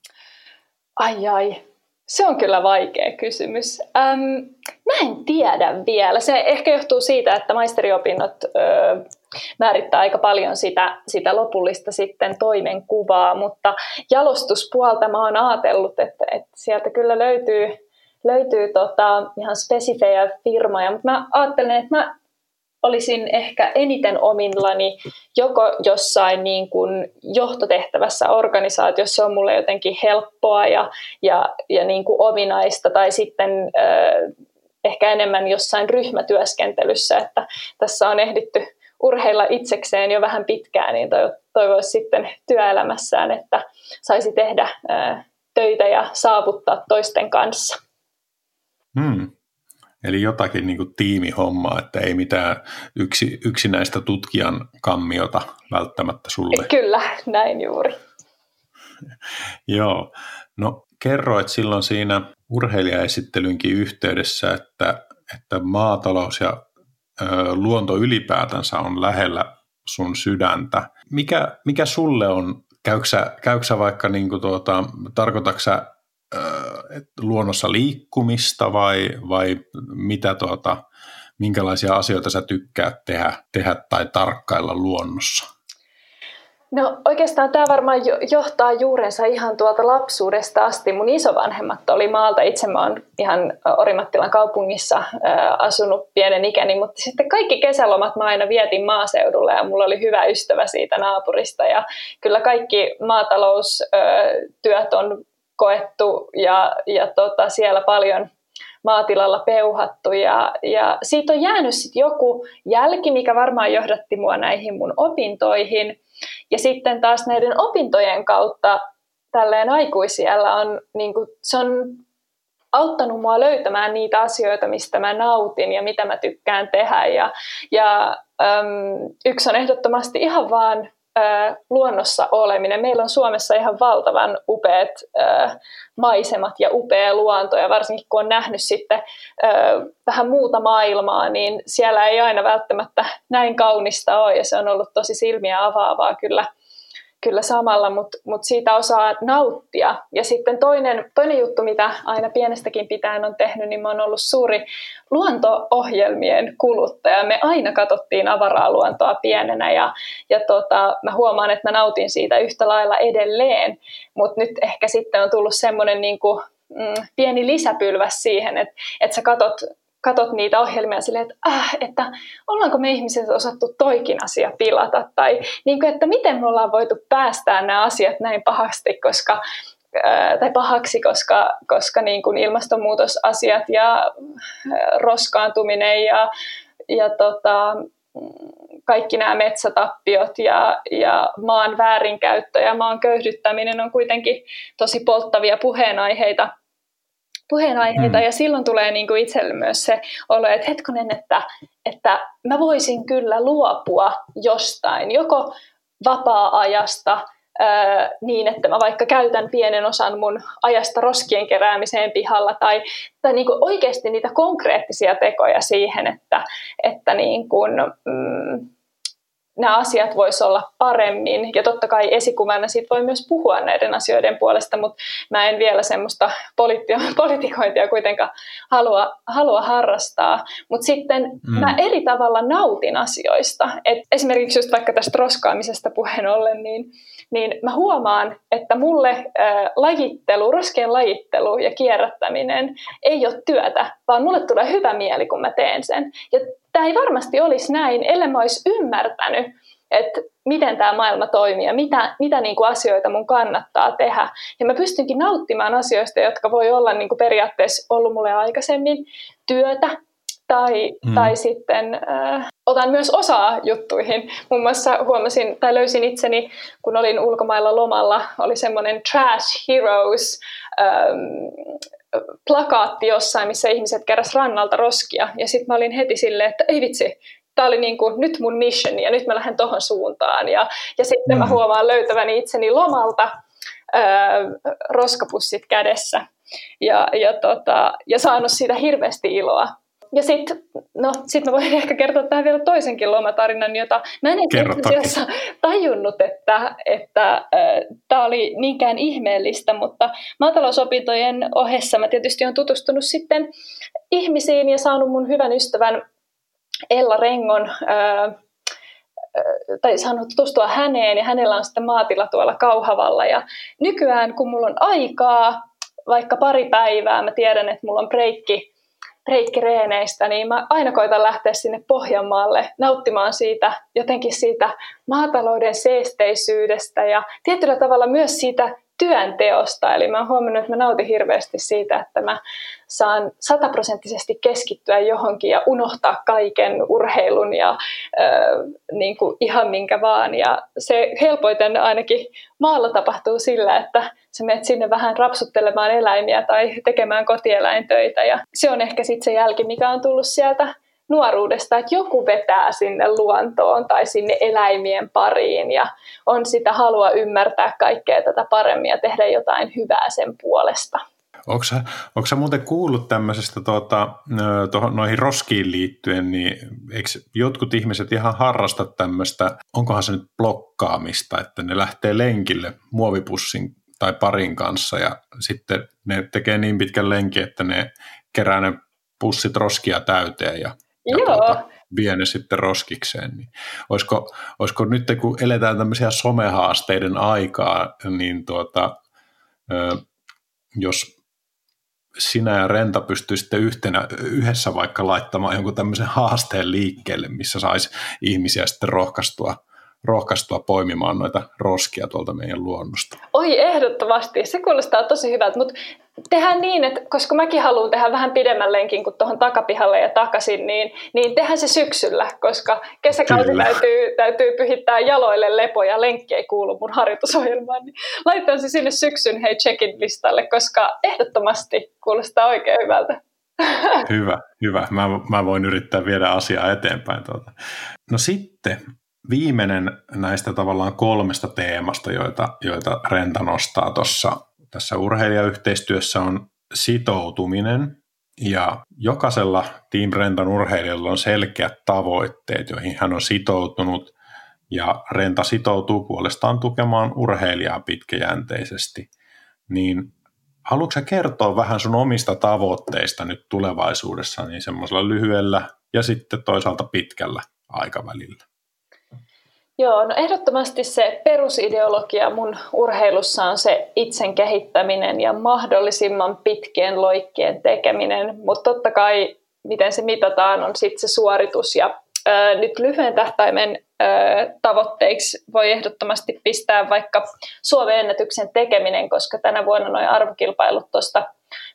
Ai ai, se on kyllä vaikea kysymys. Ähm, mä en tiedä vielä. Se ehkä johtuu siitä, että maisteriopinnot öö, määrittää aika paljon sitä, sitä lopullista sitten toimenkuvaa, mutta jalostuspuolta mä oon ajatellut, että, että sieltä kyllä löytyy, löytyy tota ihan spesifejä firmoja, mutta mä ajattelen, että mä olisin ehkä eniten omillani joko jossain niin kuin johtotehtävässä organisaatiossa, on mulle jotenkin helppoa ja, ja, ja niin kuin ominaista, tai sitten äh, ehkä enemmän jossain ryhmätyöskentelyssä, että tässä on ehditty urheilla itsekseen jo vähän pitkään, niin toivoisi sitten työelämässään, että saisi tehdä ää, töitä ja saavuttaa toisten kanssa. Hmm. Eli jotakin niin kuin tiimihommaa, että ei mitään yksi, yksinäistä tutkijan kammiota välttämättä sulle. Kyllä, näin juuri. Joo. No kerroit silloin siinä urheilijaesittelynkin yhteydessä, että, että maatalous ja luonto ylipäätänsä on lähellä sun sydäntä. Mikä, mikä sulle on, käyksä, käyksä vaikka, niin kuin tuota, tarkoitatko sä äh, luonnossa liikkumista vai, vai mitä, tuota, minkälaisia asioita sä tykkäät tehdä, tehdä tai tarkkailla luonnossa? No oikeastaan tämä varmaan johtaa juurensa ihan tuolta lapsuudesta asti. Mun isovanhemmat oli maalta. Itse mä oon ihan Orimattilan kaupungissa asunut pienen ikäni, mutta sitten kaikki kesälomat mä aina vietin maaseudulla ja mulla oli hyvä ystävä siitä naapurista. Ja kyllä kaikki maataloustyöt on koettu ja, ja tota, siellä paljon maatilalla peuhattu ja, ja siitä on jäänyt sit joku jälki, mikä varmaan johdatti mua näihin mun opintoihin. Ja sitten taas näiden opintojen kautta tälleen aikuisiällä on, niin kuin, se on auttanut mua löytämään niitä asioita, mistä mä nautin ja mitä mä tykkään tehdä. Ja, ja äm, yksi on ehdottomasti ihan vaan ä, luonnossa oleminen. Meillä on Suomessa ihan valtavan upeat ä, maisemat ja upea luonto, ja varsinkin kun on nähnyt sitten ä, vähän muuta maailmaa, niin siellä ei aina välttämättä näin kaunista ole, ja se on ollut tosi silmiä avaavaa kyllä, kyllä samalla, mutta mut siitä osaa nauttia. Ja sitten toinen, toinen juttu, mitä aina pienestäkin pitäen on tehnyt, niin mä oon ollut suuri luonto-ohjelmien kuluttaja. Me aina katsottiin avaraa luontoa pienenä, ja, ja tota, mä huomaan, että mä nautin siitä yhtä lailla edelleen, mutta nyt ehkä sitten on tullut semmoinen niin kuin, mm, pieni lisäpylväs siihen, että, että sä katot katot niitä ohjelmia silleen, että, äh, että ollaanko me ihmiset osattu toikin asia pilata, tai niin kuin, että miten me ollaan voitu päästää nämä asiat näin pahasti, koska, äh, tai pahaksi, koska, koska niin kuin ilmastonmuutosasiat ja äh, roskaantuminen ja, ja tota, kaikki nämä metsätappiot ja, ja maan väärinkäyttö ja maan köyhdyttäminen on kuitenkin tosi polttavia puheenaiheita. puheenaiheita. Mm. Ja silloin tulee niin kuin itselle myös se olo, että hetkonen, että, että mä voisin kyllä luopua jostain, joko vapaa-ajasta, niin, että mä vaikka käytän pienen osan mun ajasta roskien keräämiseen pihalla tai, tai niin kuin oikeasti niitä konkreettisia tekoja siihen, että, että niin kuin, mm, nämä asiat voisi olla paremmin. Ja totta kai esikuvana siitä voi myös puhua näiden asioiden puolesta, mutta mä en vielä semmoista politi- politikointia kuitenkaan halua, halua harrastaa. Mutta sitten mm. mä eri tavalla nautin asioista. Et esimerkiksi just vaikka tästä roskaamisesta puheen ollen, niin niin mä huomaan, että mulle äh, lajittelu, roskien lajittelu ja kierrättäminen ei ole työtä, vaan mulle tulee hyvä mieli, kun mä teen sen. Ja tämä ei varmasti olisi näin, ellei mä olisi ymmärtänyt, että miten tämä maailma toimii ja mitä, mitä niinku asioita mun kannattaa tehdä. Ja mä pystynkin nauttimaan asioista, jotka voi olla niinku periaatteessa ollut mulle aikaisemmin työtä, Tai, mm. tai sitten äh, otan myös osaa juttuihin. Muun muassa huomasin tai löysin itseni, kun olin ulkomailla lomalla, oli semmoinen Trash Heroes ähm, plakaatti jossain, missä ihmiset keräs rannalta roskia. Ja sitten mä olin heti silleen, että ei vitsi, tämä oli niin kuin nyt mun mission ja nyt mä lähden tohon suuntaan. Ja, ja sitten mm. mä huomaan löytäväni itseni lomalta äh, roskapussit kädessä ja, ja, tota, ja saanut siitä hirveästi iloa. Ja sitten no, sit mä voin ehkä kertoa tähän vielä toisenkin lomatarinan, jota mä en itse asiassa tajunnut, että, että äh, tämä oli niinkään ihmeellistä, mutta maatalousopintojen ohessa mä tietysti olen tutustunut sitten ihmisiin ja saanut mun hyvän ystävän Ella Rengon, äh, tai saanut tutustua häneen, ja hänellä on sitten maatila tuolla Kauhavalla. Ja nykyään, kun mulla on aikaa, vaikka pari päivää, mä tiedän, että mulla on breikki, breikkireeneistä, niin mä aina koitan lähteä sinne Pohjanmaalle nauttimaan siitä, jotenkin siitä maatalouden seesteisyydestä ja tietyllä tavalla myös siitä työnteosta. Eli mä oon huomannut, että mä nautin hirveästi siitä, että mä saan sataprosenttisesti keskittyä johonkin ja unohtaa kaiken urheilun ja äh, niin kuin ihan minkä vaan. Ja se helpoiten ainakin maalla tapahtuu sillä, että sä menet sinne vähän rapsuttelemaan eläimiä tai tekemään kotieläintöitä. Ja se on ehkä sitten se jälki, mikä on tullut sieltä nuoruudesta, että joku vetää sinne luontoon tai sinne eläimien pariin ja on sitä halua ymmärtää kaikkea tätä paremmin ja tehdä jotain hyvää sen puolesta. Onko sä, onko sä muuten kuullut tämmöisestä tuota, tohon, noihin roskiin liittyen, niin eikö jotkut ihmiset ihan harrasta tämmöistä, onkohan se nyt blokkaamista, että ne lähtee lenkille muovipussin tai parin kanssa ja sitten ne tekee niin pitkän lenkin, että ne kerää ne pussit roskia täyteen ja ja tuota, vie ne sitten roskikseen. Niin olisiko, olisiko nyt, kun eletään tämmöisiä somehaasteiden aikaa, niin tuota, jos sinä ja Renta pystyisitte yhtenä, yhdessä vaikka laittamaan jonkun tämmöisen haasteen liikkeelle, missä saisi ihmisiä sitten rohkaistua, rohkaistua poimimaan noita roskia tuolta meidän luonnosta. Oi, ehdottomasti. Se kuulostaa tosi hyvältä, mutta tehdään niin, että koska mäkin haluan tehdä vähän pidemmän lenkin kuin tuohon takapihalle ja takaisin, niin, niin tehdään se syksyllä, koska kesäkausi täytyy, täytyy pyhittää jaloille lepo ja lenkki ei kuulu mun harjoitusohjelmaan. Niin laitan se sinne syksyn hei check-in listalle, koska ehdottomasti kuulostaa oikein hyvältä. Hyvä, hyvä. Mä, mä voin yrittää viedä asiaa eteenpäin. Tuota. No sitten viimeinen näistä tavallaan kolmesta teemasta, joita, joita Renta nostaa tuossa tässä urheilijayhteistyössä on sitoutuminen ja jokaisella Team Rentan urheilijalla on selkeät tavoitteet, joihin hän on sitoutunut ja Renta sitoutuu puolestaan tukemaan urheilijaa pitkäjänteisesti. Niin haluatko sä kertoa vähän sun omista tavoitteista nyt tulevaisuudessa niin semmoisella lyhyellä ja sitten toisaalta pitkällä aikavälillä? Joo, no ehdottomasti se perusideologia mun urheilussa on se itsen kehittäminen ja mahdollisimman pitkien loikkien tekeminen, mutta totta kai miten se mitataan on sitten se suoritus ja ää, nyt lyhyen tähtäimen ää, tavoitteiksi voi ehdottomasti pistää vaikka Suomen ennätyksen tekeminen, koska tänä vuonna nuo arvokilpailut tuosta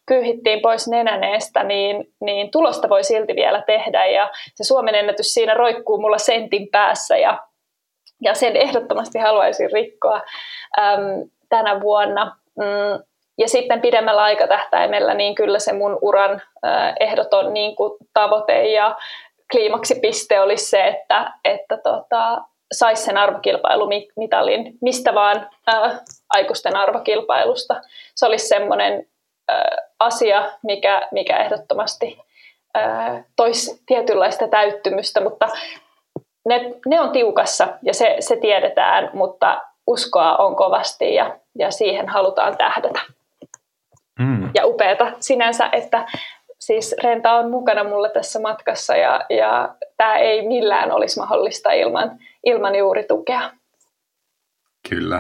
pyyhittiin pois nenäneestä, niin, niin tulosta voi silti vielä tehdä. Ja se Suomen ennätys siinä roikkuu mulla sentin päässä ja, ja sen ehdottomasti haluaisin rikkoa äm, tänä vuonna. Mm, ja sitten pidemmällä aikatähtäimellä niin kyllä se mun uran äh, ehdoton niin kuin tavoite ja kliimaksipiste olisi se, että, että tota, saisi sen arvokilpailumitalin mistä vaan äh, aikuisten arvokilpailusta. Se olisi semmoinen äh, asia, mikä, mikä ehdottomasti äh, toisi tietynlaista täyttymystä, mutta ne, ne on tiukassa ja se, se tiedetään, mutta uskoa on kovasti ja, ja siihen halutaan tähdätä. Mm. Ja upeata sinänsä, että siis Renta on mukana mulla tässä matkassa ja, ja tämä ei millään olisi mahdollista ilman, ilman juuri tukea. Kyllä.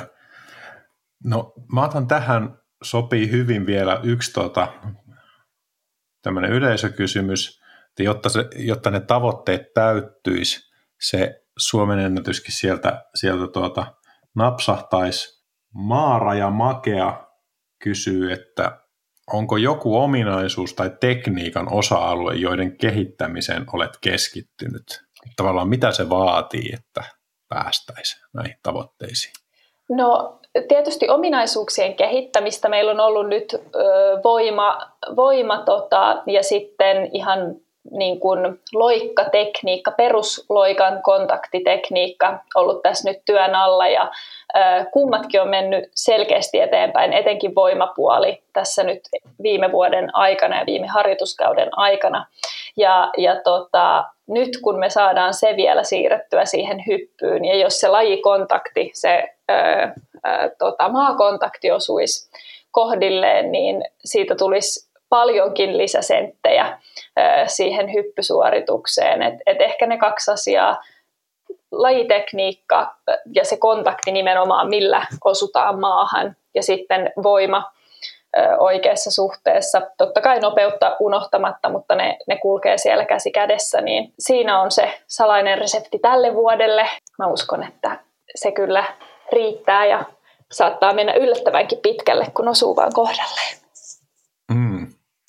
No mä otan tähän, sopii hyvin vielä yksi tota, tämmöinen yleisökysymys, että jotta, se, jotta ne tavoitteet täyttyisi, se Suomen ennätyskin sieltä, sieltä tuota, napsahtaisi. Maaraja Makea kysyy, että onko joku ominaisuus tai tekniikan osa-alue, joiden kehittämiseen olet keskittynyt? Tavallaan mitä se vaatii, että päästäisiin näihin tavoitteisiin? No tietysti ominaisuuksien kehittämistä. Meillä on ollut nyt ö, voima, voima tota, ja sitten ihan niin kuin loikkatekniikka, perusloikan kontaktitekniikka ollut tässä nyt työn alla ja ö, kummatkin on mennyt selkeästi eteenpäin, etenkin voimapuoli tässä nyt viime vuoden aikana ja viime harjoituskauden aikana. Ja, ja tota, nyt kun me saadaan se vielä siirrettyä siihen hyppyyn ja jos se lajikontakti, se ö, ö, tota, maakontakti osuisi kohdilleen, niin siitä tulisi paljonkin lisäsenttejä siihen hyppysuoritukseen. Et, et ehkä ne kaksi asiaa, lajitekniikka ja se kontakti nimenomaan, millä osutaan maahan, ja sitten voima oikeassa suhteessa. Totta kai nopeutta unohtamatta, mutta ne, ne kulkee siellä käsi kädessä, niin siinä on se salainen resepti tälle vuodelle. Mä uskon, että se kyllä riittää ja saattaa mennä yllättävänkin pitkälle, kun osuu vaan kohdalleen. Mm.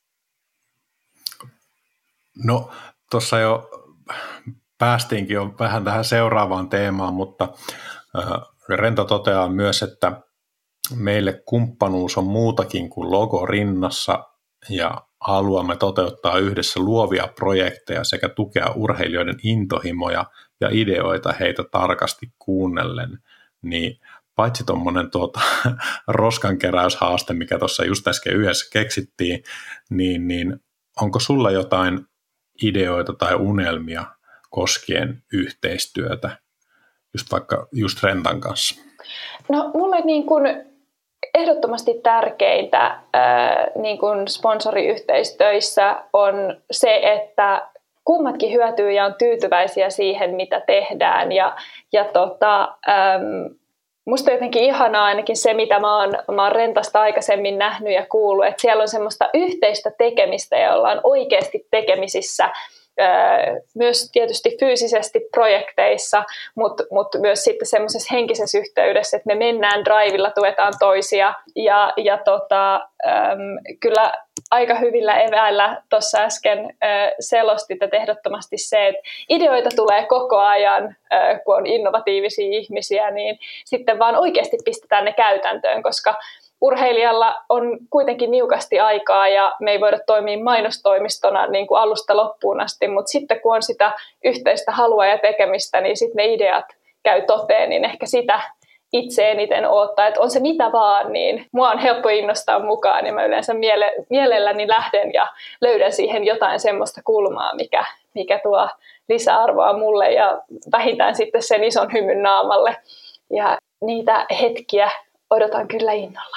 No, tuossa jo päästiinkin jo vähän tähän seuraavaan teemaan, mutta äh, Renta toteaa myös, että meille kumppanuus on muutakin kuin logo rinnassa ja haluamme toteuttaa yhdessä luovia projekteja sekä tukea urheilijoiden intohimoja ja ideoita heitä tarkasti kuunnellen, niin paitsi tuommoinen tuota, roskankeräyshaaste, mikä tuossa just äsken yhdessä keksittiin, niin, niin onko sulla jotain ideoita tai unelmia koskien yhteistyötä, just vaikka just Rentan kanssa? No mulle niin kuin ehdottomasti tärkeintä ää, niin kuin sponsoriyhteistyöissä on se, että kummatkin hyötyy ja on tyytyväisiä siihen, mitä tehdään. Ja, ja tota, äm, musta on jotenkin ihanaa ainakin se, mitä mä oon, mä oon Rentasta aikaisemmin nähnyt ja kuullut, että siellä on semmoista yhteistä tekemistä ja ollaan oikeasti tekemisissä, myös tietysti fyysisesti projekteissa, mutta mut myös sitten semmoisessa henkisessä yhteydessä, että me mennään drivilla, tuetaan toisia ja, ja tota, äm, kyllä aika hyvillä eväillä tuossa äsken äh, selostit, että ehdottomasti se, että ideoita tulee koko ajan, äh, kun on innovatiivisia ihmisiä, niin sitten vaan oikeasti pistetään ne käytäntöön, koska urheilijalla on kuitenkin niukasti aikaa ja me ei voida toimia mainostoimistona niin kuin alusta loppuun asti, mutta sitten kun on sitä yhteistä halua ja tekemistä, niin sitten ne ideat käy toteen, niin ehkä sitä itse eniten odottaa, että on se mitä vaan, niin mua on helppo innostaa mukaan, niin mä yleensä miele, mielelläni lähden ja löydän siihen jotain semmoista kulmaa, mikä, mikä tuo lisäarvoa mulle ja vähintään sitten sen ison hymyn naamalle. Ja niitä hetkiä odotan kyllä innolla.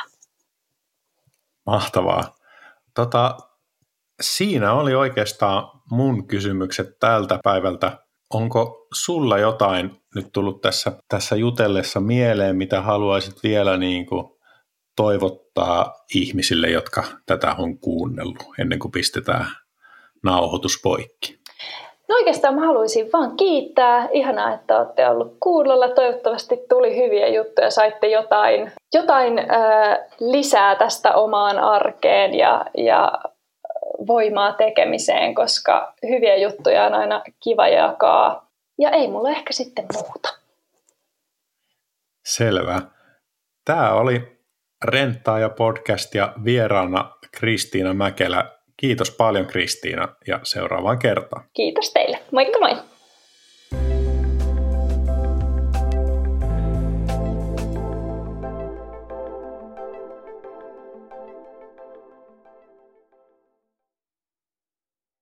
Mahtavaa. Tota, siinä oli oikeastaan mun kysymykset tältä päivältä. Onko sulla jotain nyt tullut tässä, tässä jutellessa mieleen, mitä haluaisit vielä niin kuin toivottaa ihmisille, jotka tätä on kuunnellut ennen kuin pistetään nauhoitus poikki? No oikeastaan mä haluaisin vaan kiittää. Ihanaa, että olette ollut kuulolla. Toivottavasti tuli hyviä juttuja. Saitte jotain, jotain äh, lisää tästä omaan arkeen ja, ja voimaa tekemiseen, koska hyviä juttuja on aina kiva jakaa. Ja ei mulla ehkä sitten muuta. Selvä. Tämä oli Renttaaja podcast ja vieraana Kristiina Mäkelä. Kiitos paljon Kristiina ja seuraavaan kertaan. Kiitos teille. Moikka moi!